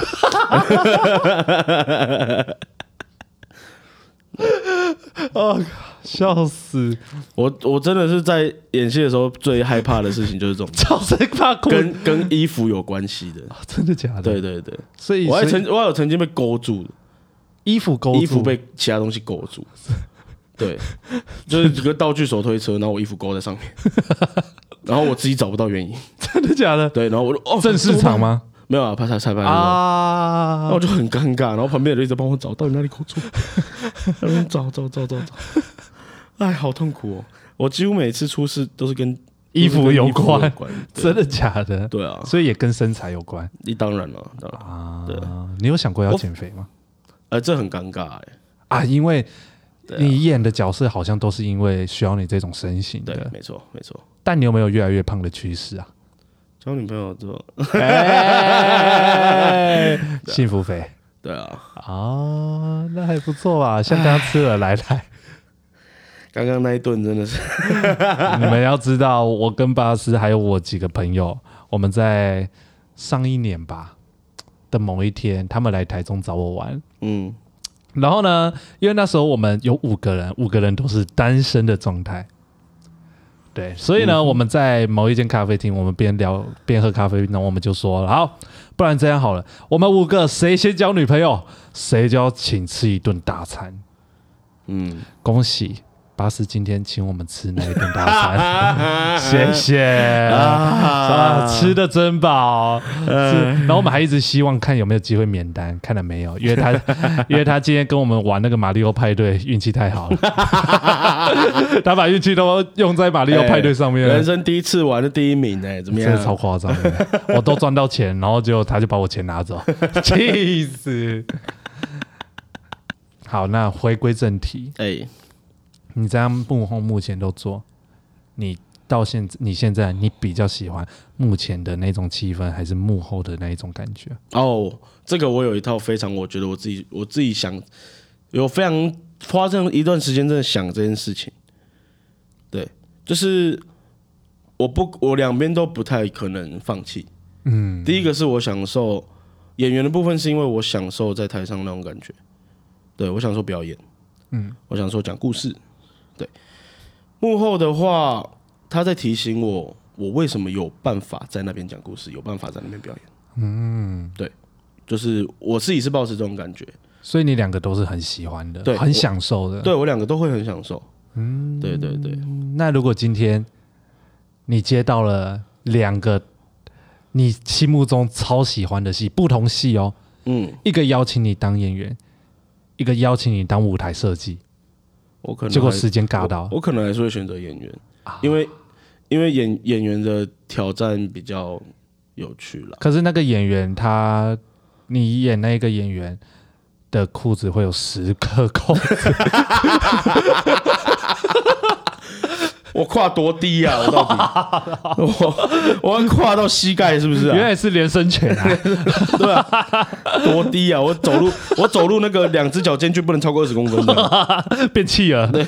哦，笑死！ 我真的是在演戏的时候最害怕的事情就是这种， 超怕跟衣服有关系的， 真的假的？ 对， 所以我有曾经被勾住的， 衣服被其他东西勾住，对，就是几个道具手推车，然后我衣服勾在上面，然后我自己找不到原因， 真的假的？ 对，然后我就正式场吗？ 没有啊，彩排的时候，然后我就很尴尬，然后旁边的人一直帮我找到底哪里口错，在那边找，哎，好痛苦哦！我几乎每次出事都是跟衣服有关，真的假的？ 对啊， 所以也跟身材有关。 当然了，对啊。 你有想过要减肥吗？ 这很尴尬哎。 因为你演的角色好像都是因为需要你这种身形的。 对，没错。 但你有没有越来越胖的趋势啊？ 交女朋友之后， 幸福肥。 对啊。 那还不错吧？像刚刚吃了来。 刚刚那一顿真的是， 你们要知道，我跟巴斯还有我几个朋友，我们在上一年吧的某一天，他们来台中找我玩。然后呢，因为那时候我们有5个人都是单身的状态。对，所以呢，我们在某一间咖啡厅，我们边聊边喝咖啡，然后我们就说，好，不然这样好了，我们5个谁先交女朋友，谁就要请吃一顿大餐。恭喜巴斯今天请我们吃那一顿大餐，谢谢吃的真饱。然后我们还一直希望看有没有机会免单，看了没有，因为他今天跟我们玩那个马里奥派对，运气太好了，他把运气都用在马里奥派对上面， 人生第一次玩的第1名怎么样？ 真的超夸张的，我都赚到钱，然后他就把我钱拿走，气死。好，那回归正题，你这样幕后目前都做，你现在你比较喜欢目前的那种气氛，还是幕后的那一种感觉？ 这个我有一套我觉得我自己想，有非常花这一段时间真的想这件事情。对，就是我两边都不太可能放弃。第一个是我享受演员的部分，是因为我享受在台上那种感觉，对，我享受表演，我享受讲故事。对，幕后的话，他在提醒我为什么有办法在那边讲故事，有办法在那边表演。对，就是我自己是抱持这种感觉， 所以你2个都是很喜欢的， 对， 很享受的。 对，我2个都会很享受。对。 那如果今天你接到了2个你心目中超喜欢的戏，不同戏哦，一个邀请你当演员，一个邀请你当舞台设计。结果时间尬到， 我可能还是会选择演员，因为演员的挑战比较有趣啦。 可是那个演员你演那个演员的裤子会有10个扣子， 我跨多低啊！我到底我要跨到膝盖是不是？ 原来是连身拳啊！ 对啊，多低啊！我走路那个2只脚间距不能超过20公分的， 变气了。对，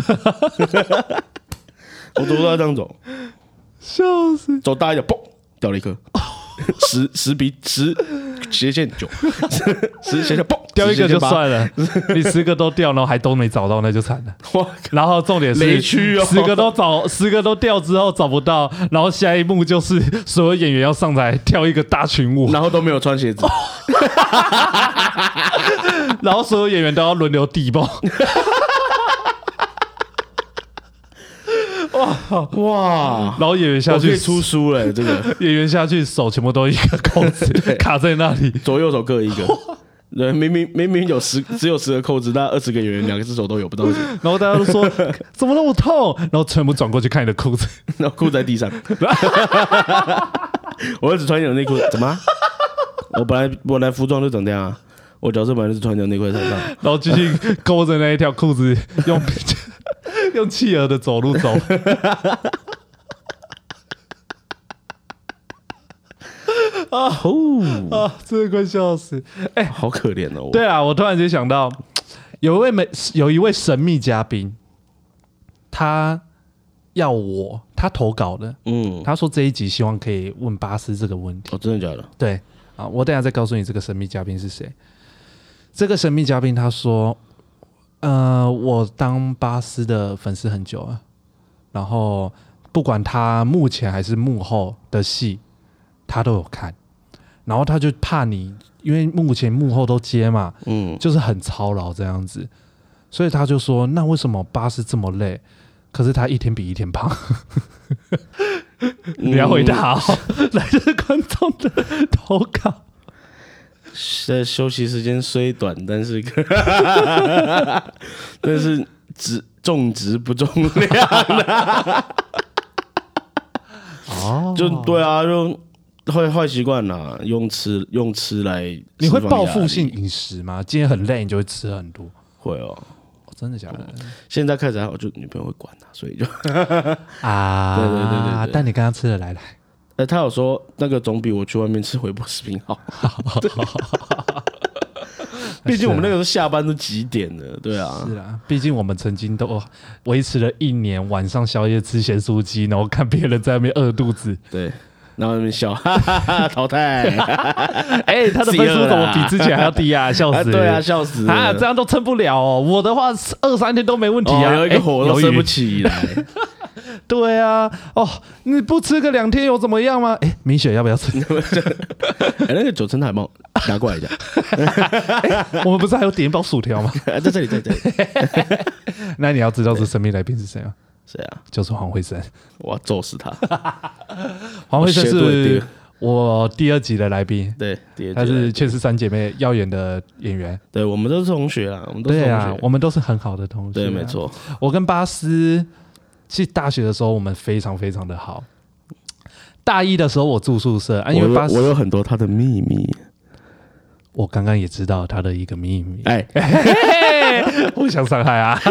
我走路要这样走， 笑死！ 走大一点，嘣，掉了一颗。10斜线9，10斜线嘣， 掉一个就算了，你10个都掉，然后还都没找到，那就惨了。然后重点是雷区哦 ，10个都掉之后找不到，然后下一幕就是所有演员要上台跳一个大群舞， 然后都没有穿鞋子， 然后所有演员都要轮流递爆。 哇！ 然后演员下去我可以出书了，这个演员下去手全部都一个扣子卡在那里， 左右手各一个。对，明明只有10个扣子，但20个演员2只手都有，不知道为什么。 然后大家都说怎么那么痛，然后全部转过去看你的裤子， 然后裤子在地上。我只穿一条内裤，怎么？我本来服装就长这样啊，我角色本来就是穿一条内裤在身上， 然后继续勾着那一条裤子用企鹅的走路走。真的快笑死！ 好可怜哦。 对啊，我突然间想到，有一位神秘嘉宾，他投稿的，他说这一集希望可以问巴斯这个问题。 真的假的？ 对啊，我等一下再告诉你这个神秘嘉宾是谁。这个神秘嘉宾他说，我当巴斯的粉丝很久了，然后不管他幕前还是幕后的戏，他都有看，然后他就怕你，因为幕前幕后都接嘛，就是很操劳这样子，所以他就说，那为什么巴斯这么累，可是他一天比一天胖？ 你要回答哦，来自观众的投稿。 在休息时间虽短，但是重质不重量的。 哦， 就对啊，就坏习惯啦，用吃来。 你会报复性饮食吗？今天很累，你就会吃很多？ 会哦。 真的假的？ 现在开始还好，就女朋友会管他，所以就啊，对。但你刚刚吃的来， 他有说那个总比我去外面吃微波食品好。毕竟我们那个时候下班都几点了，对啊。 是啊，毕竟我们曾经都维持了1年，晚上宵夜吃咸酥鸡，然后看别人在那边饿肚子， 对。然后那边笑，哈哈哈，淘汰。 哎，他的分数怎么比之前还要低啊？笑死！ 对啊，笑死！ 啊，这样都撑不了哦。我的话2-3天都没问题啊， 有一个火都升不起来。 对啊，哦，你不吃个2天有怎么样吗？哎，明雪要不要吃？ 那个9层塔帮拿过来一下。 我们不是还有点一包薯条吗？ 在这里。 那你要知道这神秘来宾是谁吗？ 谁啊？ 就是黄慧生。 我要揍死他！ 黄慧生是我第2集的来宾， 对，第2集他是《劝世三姐妹》耀眼的演员。 对，我们都是同学啦，我们都是同学。 对啊，我们都是很好的同学。 对，没错。 我跟巴斯去大学的时候，我们非常非常的好。大一的时候我住宿舍，因为巴斯我有很多他的秘密。 我刚刚也知道他的一个秘密。 哎， 互相伤害啊！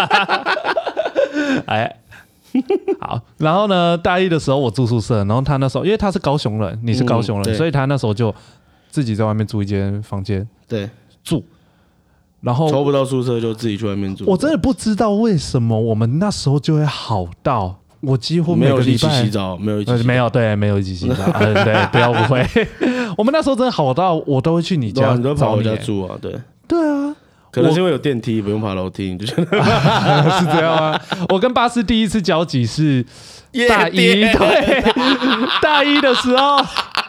哎，好，然后呢？大一的时候我住宿舍，然后他那时候因为他是高雄人，你是高雄人，所以他那时候就自己在外面租一间房间， 对， 住。然后抽不到宿舍就自己去外面住。 我真的不知道为什么我们那时候就会好到我几乎每个礼拜没有一起洗澡，没有一起洗澡， 没有对，没有一起洗澡，对，不要误会。我们那时候真的好到我都会去你家， 你都跑我家住啊，对， 对啊。 可能是因为有电梯，不用爬楼梯，你就觉得是这样吗？我跟巴斯第一次交集是大一，对，大一的时候，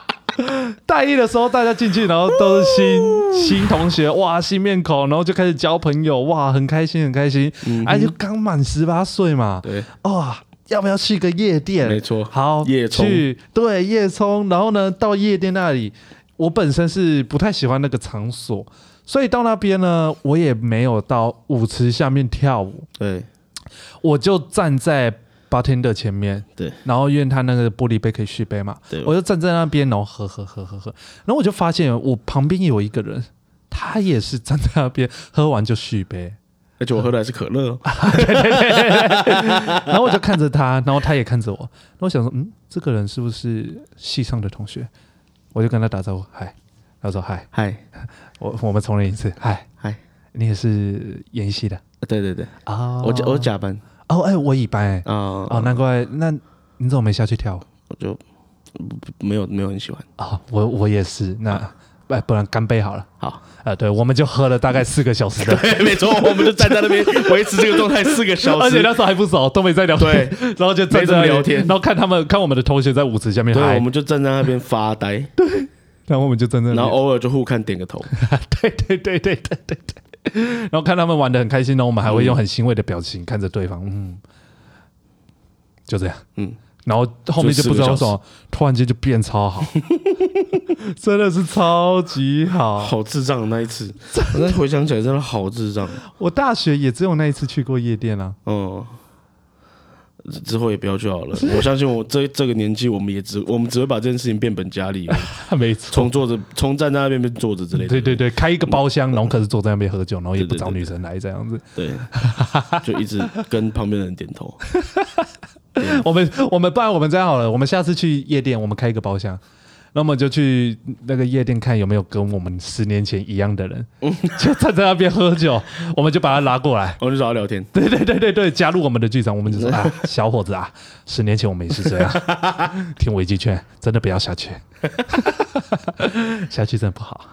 大家进去，然后都是新同学，哇，新面孔，然后就开始交朋友，哇，很开心，很开心。哎，就刚满18岁嘛， 对， 哇，要不要去个夜店？ 没错， 好， 夜冲， 对，夜冲。然后呢，到夜店那里，我本身是不太喜欢那个场所。所以到那边呢，我也没有到舞池下面跳舞， 对， 我就站在 bartender 前面， 对， 然后因为他那个玻璃杯可以续杯嘛， 对， 我就站在那边，然后喝，然后我就发现我旁边有一个人，他也是站在那边，喝完就续杯， 而且我喝的还是可乐， 对，然后我就看着他，然后他也看着我，然后我想说，这个人是不是系上的同学？我就跟他打招呼，嗨，他说嗨。我们重来一次，嗨，你也是演戏的？ 对啊，我甲班哦，哎，我乙班哦，难怪，那你怎么没下去跳？ 我就没有很喜欢啊，我也是，那不然干杯好了， 好， 对，我们就喝了大概4个小时的， 对，没错，我们就站在那边维持这个状态4个小时， 而且那时候还不熟，都没在聊天，然后就站在聊天， 然后看我们的同学在舞池下面， 对，我们就站在那边发呆， 对。然后我们就真的， 然后偶尔就互看点个头， 对，然后看他们玩得很开心，然后我们还会用很欣慰的表情看着对方，就这样，然后后面就不知道为什么，突然间就变超好，真的是超级好， 好智障的那一次，我再回想起来真的好智障。 我大学也只有那一次去过夜店啊， 之后也不要就好了。我相信我这个年纪，我们只会把这件事情变本加厉， 没错， 从站在那边坐着之类的。 对，开一个包厢，然后可是坐在那边喝酒，然后也不找女生来这样子。 对，就一直跟旁边的人点头。 我们不然我们这样好了，我们下次去夜店，我们开一个包厢。那么就去那个夜店看有没有跟我们10年前一样的人，就站在那边喝酒，我们就把他拉过来， 我们就找他聊天。 对，加入我们的剧场，我们就说啊，小伙子啊，10年前我们也是这样，听我一句劝，真的不要下去，下去真的不好。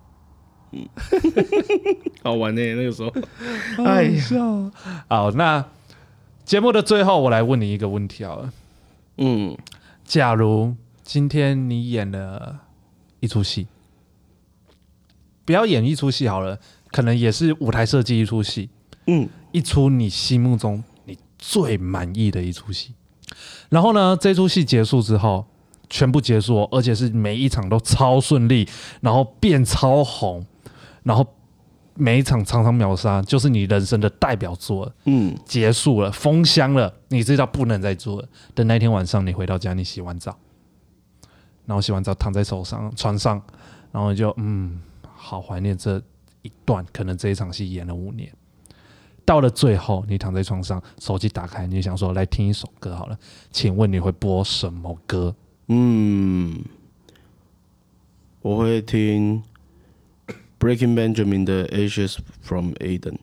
好玩呢，那个时候， 哎呀，好，那节目的最后，我来问你一个问题好了，假如今天你演了一出戏，不要演一出戏好了，可能也是舞台设计一出戏，一出你心目中你最满意的一出戏， 然后呢，这出戏结束之后，全部结束，而且是每一场都超顺利，然后变超红，然后每一场场场秒杀，就是你人生的代表作了。结束了，封箱了，你知道不能再做了。等那天晚上你回到家，你洗完澡，然后洗完澡躺在床上，然后你就好怀念这一段，可能这一场戏演了5年。到了最后，你躺在床上，手机打开，你想说来听一首歌好了，请问你会播什么歌？ 我会听 Breaking Benjamin 的 Ashes from Eden。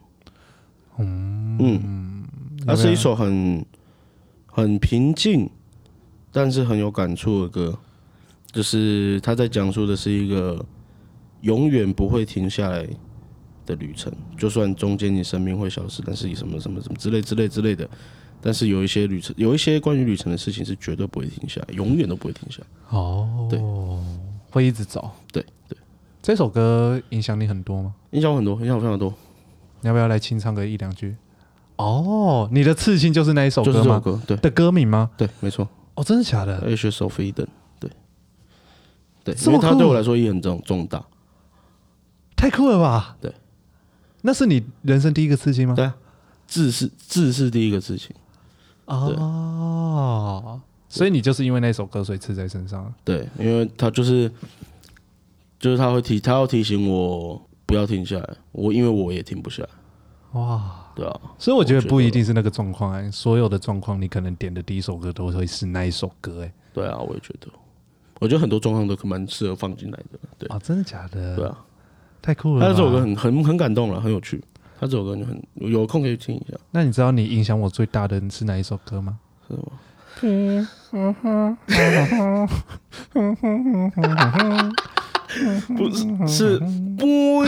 它是一首很平静，但是很有感触的歌。就是他在讲述的是一个永远不会停下来的旅程，就算中间你生命会消失，但是什么之类的，但是有一些旅程，有一些关于旅程的事情是绝对不会停下来，永远都不会停下来。对， 会一直走。 对。 这首歌影响你很多吗？ 影响很多，影响非常多。 你要不要来清唱个1、2句？你的刺青就是那一首歌吗？ 就是这首歌，对的歌名吗？ 对，没错。 真的假的 ？Ashes of Eden， 对，因为它对我来说也很重大。 太酷了吧？ 对。 那是你人生第一个刺青吗？ 对啊，字是第一个刺青。 所以你就是因为那首歌所以刺在身上。 对，因为他就是他要提醒我不要停下来，因为我也停不下来。对啊， 所以我觉得不一定是那个状况，所有的状况你可能点的第一首歌都会是那一首歌。 对啊，我也觉得，我觉得很多状况都蛮适合放进来的。对真的假的？ 对啊。 太酷了！ 他这首歌很感动了，很有趣。他这首歌就有空可以听一下。 那你知道你影响我最大的是哪一首歌吗？ 是吗？不是不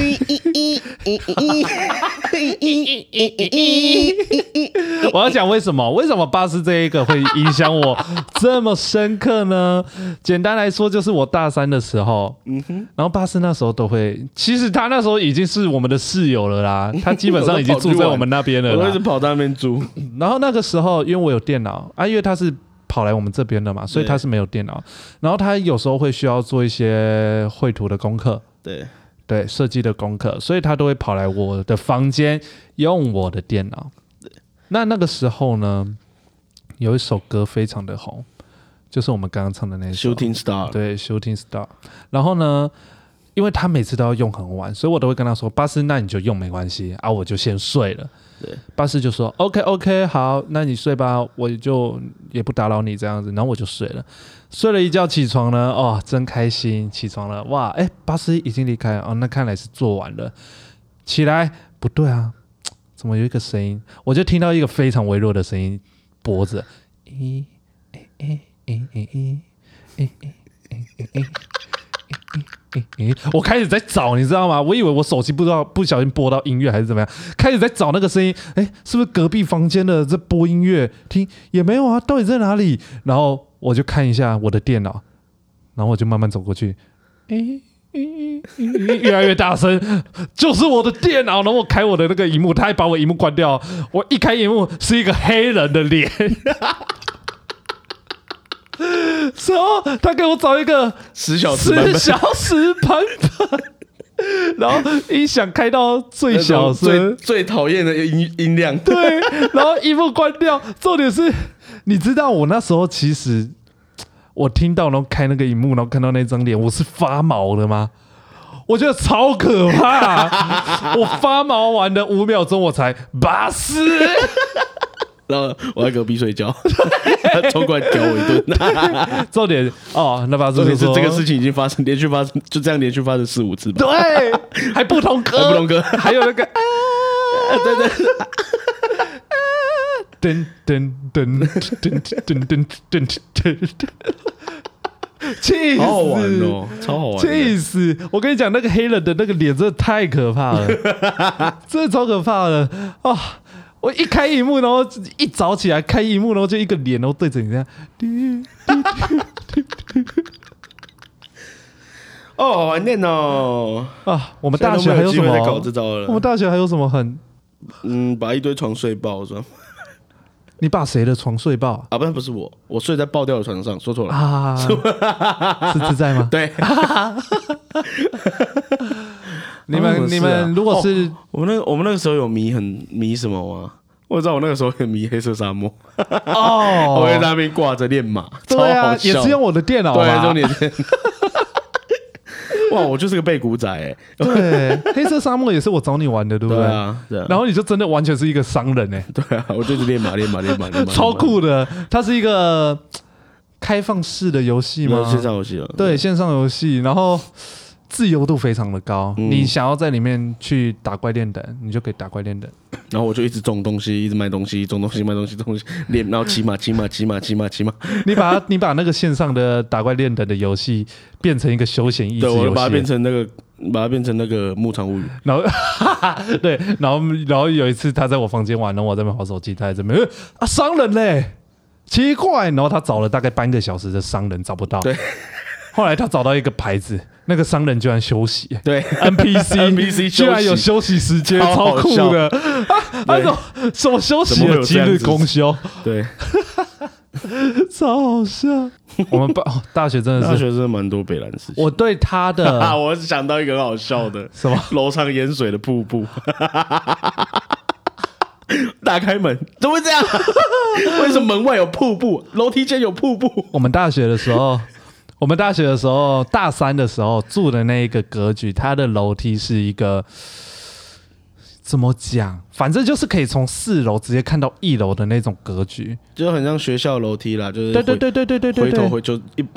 我要讲为什么巴斯这一个会影响我这么深刻呢？简单来说，就是我大3的时候，然后巴斯那时候都会，其实他那时候已经是我们的室友了啦，他基本上已经住在我们那边了啦， 我都一直跑到那边住。 然后那个时候，因为我有电脑因为他是跑来我们这边的嘛，所以他是没有电脑。然后他有时候会需要做一些绘图的功课，对，设计的功课，所以他都会跑来我的房间用我的电脑。那个时候呢，有一首歌非常的红，就是我们刚刚唱的那首 Shooting Star。 对 Shooting Star。然后呢，因为他每次都要用很晚，所以我都会跟他说：“巴斯，那你就用没关系啊，我就先睡了。” 对， 巴斯就说 OK 好，那你睡吧，我就也不打扰你这样子，然后我就睡了。睡了一觉起床呢，真开心，起床了，哇，巴斯已经离开了，那看来是做完了。起来，不对啊，怎么有一个声音？我就听到一个非常微弱的声音，脖子，我开始在找，你知道吗？我以为我手机不小心播到音乐还是怎么样，开始在找那个声音，是不是隔壁房间的在播音乐？听也没有啊，到底在哪里？然后我就看一下我的电脑，然后我就慢慢走过去，越来越大声，就是我的电脑。然后我开我的那个萤幕，他还把我萤幕关掉，我一开萤幕是一个黑人的脸。所以他给我找一个 10小时版本，然后音响开到最小声， 最讨厌的音量。 对，然后荧幕关掉。重点是，你知道我那时候其实我听到然后开那个荧幕，然后看到那张脸，我是发毛的吗？我觉得超可怕。我发毛完的5秒钟，我才巴斯。 然后我在隔壁睡觉，他冲过来屌我一顿。 重点那巴斯就说这个事情已经发生，连续发生，就这样连续发生4、5次吧。 对，还不同歌，还有那个对。 噔噔噔噔噔噔噔噔，气死！ 好好玩哦，超好玩！ 气死！我跟你讲，那个黑人的那个脸真的太可怕了，真的超可怕的啊！我一开荧幕，然后一早起来开荧幕，然后就一个脸，然后对着你这样。 好怀念哦！ 我们大学还有什么？ 搞这招了。 我们大学还有什么很？ 把一堆床睡爆是吧？ 你把谁的床睡爆啊？不是我睡在爆掉的床上，说错了啊？是自在吗？ 对， 你们如果是我们那个时候有迷什么吗？我知道我那个时候很迷黑色沙漠哦， 我在那边挂着练马， 对啊， 超好笑也是用我的电脑吧？ 对，用你的电脑。哇，我就是个背骨仔哎！ 对，黑色沙漠也是我找你玩的，对不对？ 对啊，对啊。 然后你就真的完全是一个商人哎！ 对啊，我就是练马， 超酷的。它是一个开放式的游戏吗？ 线上游戏了。 对，线上游戏，然后自由度非常的高。你想要在里面去打怪练等，你就可以打怪练等。 然后我就一直种东西，一直卖东西，种东西卖东西，种东西练，然后骑马。 你把那个线上的打怪练等的游戏变成一个休闲益智游戏， 对，我把它变成那个牧场物语。 然后对，然后有一次他在我房间玩，然后我在那边滑手机，他在这边商人嘞，奇怪，然后他找了大概半个小时的商人找不到， 对， 后来他找到一个牌子。那个商人居然休息， 对 NPC 居然有休息时间，超酷的。他什么休息的今日公休， 对， 超好笑。我们大学真的蛮多北兰的事情。 我对他的， 我想到一个很好笑的， 什么楼上淹水的瀑布。打开门，怎么会这样？为什么门外有瀑布，楼梯间有瀑布？ 我们大学的时候，大三的时候住的那一个格局，它的楼梯是一个怎么讲？反正就是可以从4楼直接看到1楼的那种格局， 就很像学校楼梯啦，就是对， 回头就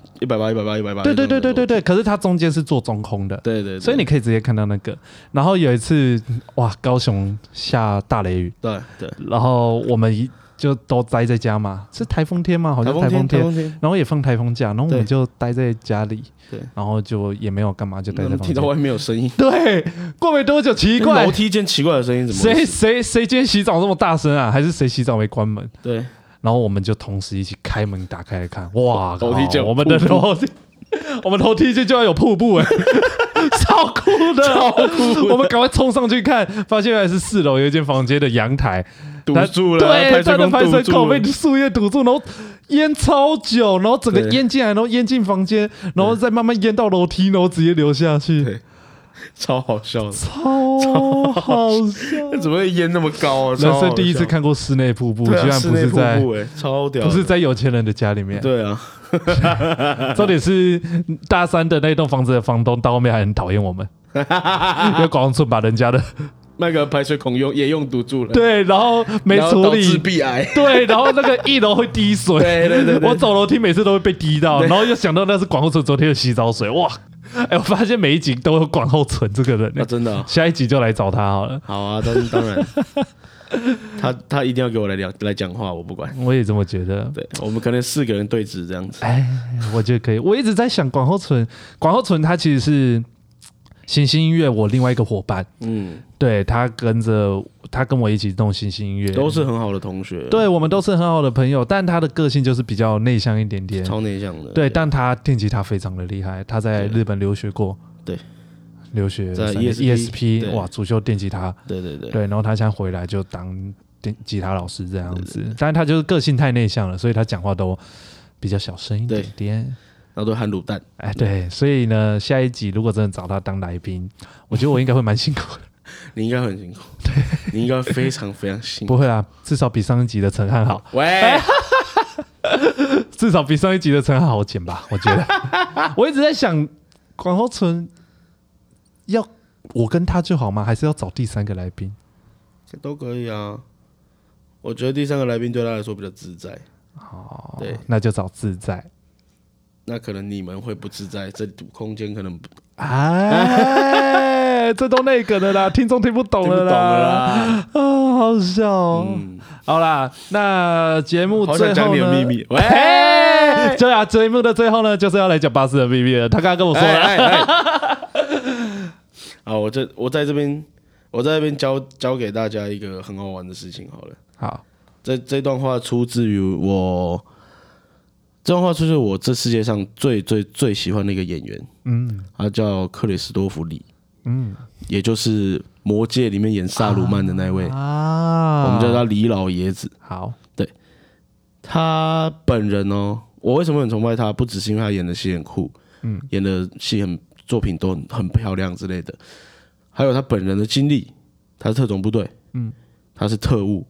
180， 对。可是它中间是做中空的， 对， 所以你可以直接看到那个。然后有一次，哇，高雄下大雷雨， 对， 然后我们就都待在家嘛，是台风天吗？好像台风天，然后也放台风假，然后我们就待在家里， 对， 然后就也没有干嘛，就待在房间。 听到外面有声音， 对，过没多久，奇怪， 楼梯间奇怪的声音怎么？ 谁今天洗澡这么大声啊？还是谁洗澡没关门？ 对， 然后我们就同时一起开门打开来看，哇， 楼梯间我们的楼梯间就要有瀑布哎，超酷的，我们赶快冲上去看，发现原来是4楼有一间房间的阳台。 堵住了， 对，它的排水口被树叶堵住，然后淹超久，然后整个淹进来，然后淹进房间，然后再慢慢淹到楼梯，然后直接流下去， 对，超好笑的， 超好笑， 怎么会淹那么高啊？ 人生第一次看过室内瀑布，居然不是在超屌， 不是在有钱人的家里面。 对啊， 重点是大三的那栋房子的房东到后面还很讨厌我们，因为广村把人家的。 那个排水孔也用堵住了， 对，然后没处理， 导致壁癌， 对，然后那个1楼会滴水， 对， 我走楼梯每次都会被滴到，然后又想到那是广后村昨天的洗澡水，哇，我发现每一集都有广后村这个人， 真的， 下一集就来找他好了。 好啊，当然，他一定要给我来讲话，我不管， 我也这么觉得。 对，我们可能4个人对峙这样子， 我觉得可以。我一直在想广后村他其实是。行星音乐，我另外一个伙伴，对，他跟我一起弄行星音乐， 都是很好的同学， 对，我们都是很好的朋友，但他的个性就是比较内向一点点， 超内向的， 对，但他电吉他非常的厉害，他在日本留学过， 对， 留学在 ESP， 哇，主修电吉他， 对， 然后他现在回来就当吉他老师这样子，但是他就是个性太内向了，所以他讲话都比较小声一点点。 然后都含卤蛋， 对，所以呢，下一集如果真的找他当来宾，我觉得我应该会蛮辛苦的。 你应该很辛苦，对，你应该非常非常辛苦。 不会啊，至少比上一集的陈汉好。 喂， 至少比上一集的陈汉好剪吧？我觉得。我一直在想，广后村要我跟他就好吗？还是要找第3个来宾？ 都可以啊。我觉得第3个来宾对他来说比较自在。对， 那就找自在。 那可能你们会不自在，这空间可能这都那个的啦，听众听不懂了啦，好笑哦。好啦，那节目最后呢？ 秘密，喂， 对啊，节目的最后呢，就是要来讲巴斯的秘密了。他刚刚跟我说了， 好，我在这边教给大家一个很好玩的事情好了。 好， 这段话出自于我。这段话就是我这世界上最喜欢的一个演员，他叫克里斯多弗李，也就是《魔戒》里面演萨鲁曼的那位，我们叫他李老爷子。 好， 对， 他本人哦，我为什么很崇拜他？不只是因为他演的戏很酷，演的戏作品都很漂亮之类的，还有他本人的经历，他是特种部队，他是特务，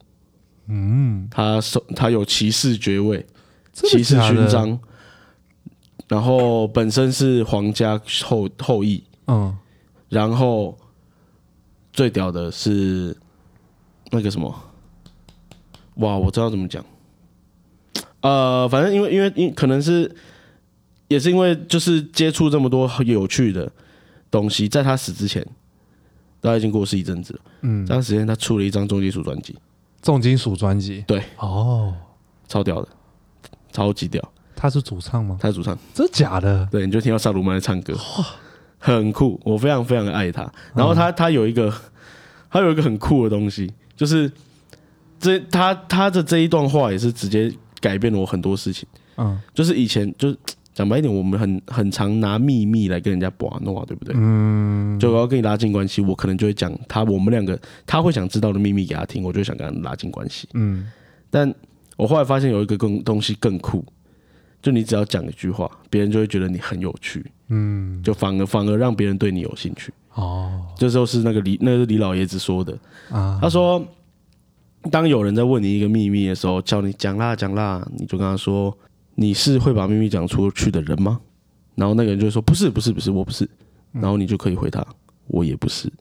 他有骑士爵位，骑士勋章，然后本身是皇家后裔，然后最屌的是那个什么，哇，我知道怎么讲。反正因为可能是也是因为就是接触这么多有趣的东西，在他死之前，他已经过世一阵子了。在他死前，他出了一张重金属专辑。 重金属专辑， 对， 哦， 超屌的，超级屌。 他是主唱吗？ 他是主唱， 真的假的？ 对，你就听到萨鲁曼在唱歌，很酷，我非常非常的爱他。然后他有一个很酷的东西，就是他的这一段话也是直接改变了我很多事情。就是以前就是讲白一点，我们很常拿秘密来跟人家把弄啊，对不对？就我要跟你拉近关系，我可能就会讲我们两个他会想知道的秘密给他听，我就会想跟他拉近关系。但我后来发现有一个东西更酷，就你只要讲一句话，别人就会觉得你很有趣。就反而让别人对你有兴趣。这就是那个李老爷子说的。他说，当有人在问你一个秘密的时候，叫你讲啦，你就跟他说，你是会把秘密讲出去的人吗？然后那个人就会说，不是，我不是。然后你就可以回他，我也不是。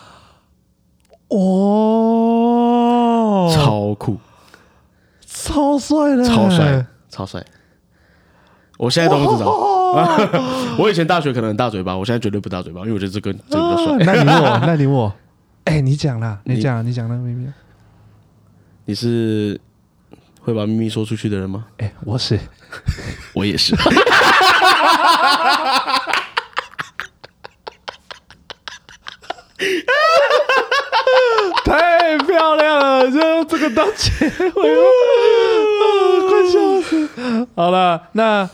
超酷， 超帅的， 超帅。我现在都不知道。我以前大学可能很大嘴巴，我现在绝对不大嘴巴，因为我觉得这个比较帅。 那你我，你讲啦，你讲那个秘密。 你是会把秘密说出去的人吗？ 我是， 我也是。 太漂亮了，就用这个当结尾，快笑死！好了，那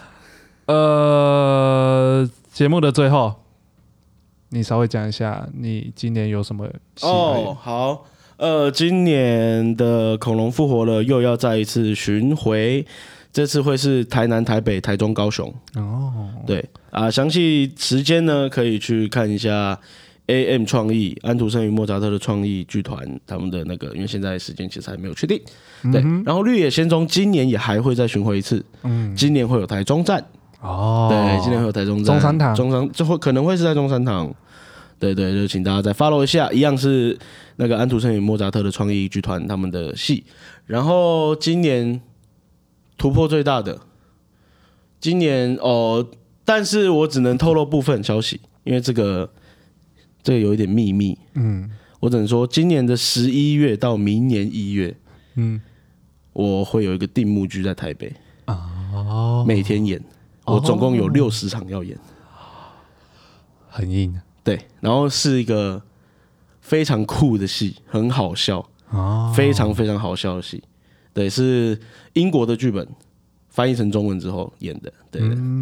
节目的最后，你稍微讲一下，你今年有什么喜爱？ 好，今年的恐龙复活了，又要再一次巡回，这次会是台南、台北、台中、高雄。对啊，详细时间呢可以去看一下。AM 创意安徒生与莫扎特的创意剧团他们的那个，因为现在时间其实还没有确定。对，然后绿野仙踪今年也还会再巡回一次。今年会有台中站。对，今年会有台中站，中山就可能会是在中山堂。对，就请大家再 follow 一下，一样是那个安徒生与莫扎特的创意剧团他们的戏。然后今年突破最大的，今年但是我只能透露部分消息，因为这个有一点秘密。我只能说今年的11月到明年1月，我会有一个定目剧在台北。每天演，我总共有60场要演。 很硬。 对，然后是一个非常酷的戏，很好笑。非常非常好笑的戏。对，是英国的剧本翻译成中文之后演的。对。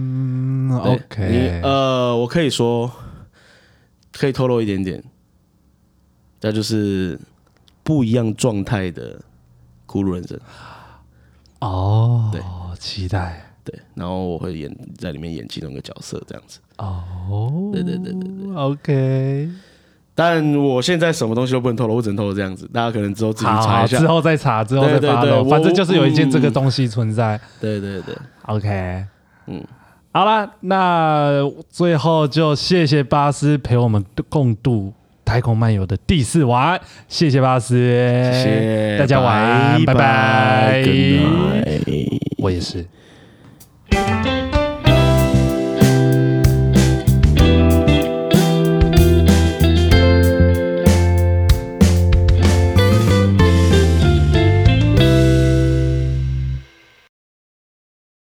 OK。 我可以说可以透露一点点，那就是不一样状态的苦鲁人生。 对，期待。 对，然后我会在里面演其中一个角色，这样子。对 OK。 但我现在什么东西都不能透露，我只能透露这样子，大家可能之后自己查一下， 之后再查，之后再发露。反正就是有一件这个东西存在。对 OK。好了，那最后就谢谢巴斯陪我们共度太空漫游的第4晚，谢谢巴斯， 谢谢大家晚安，拜拜。 Good night。 我也是。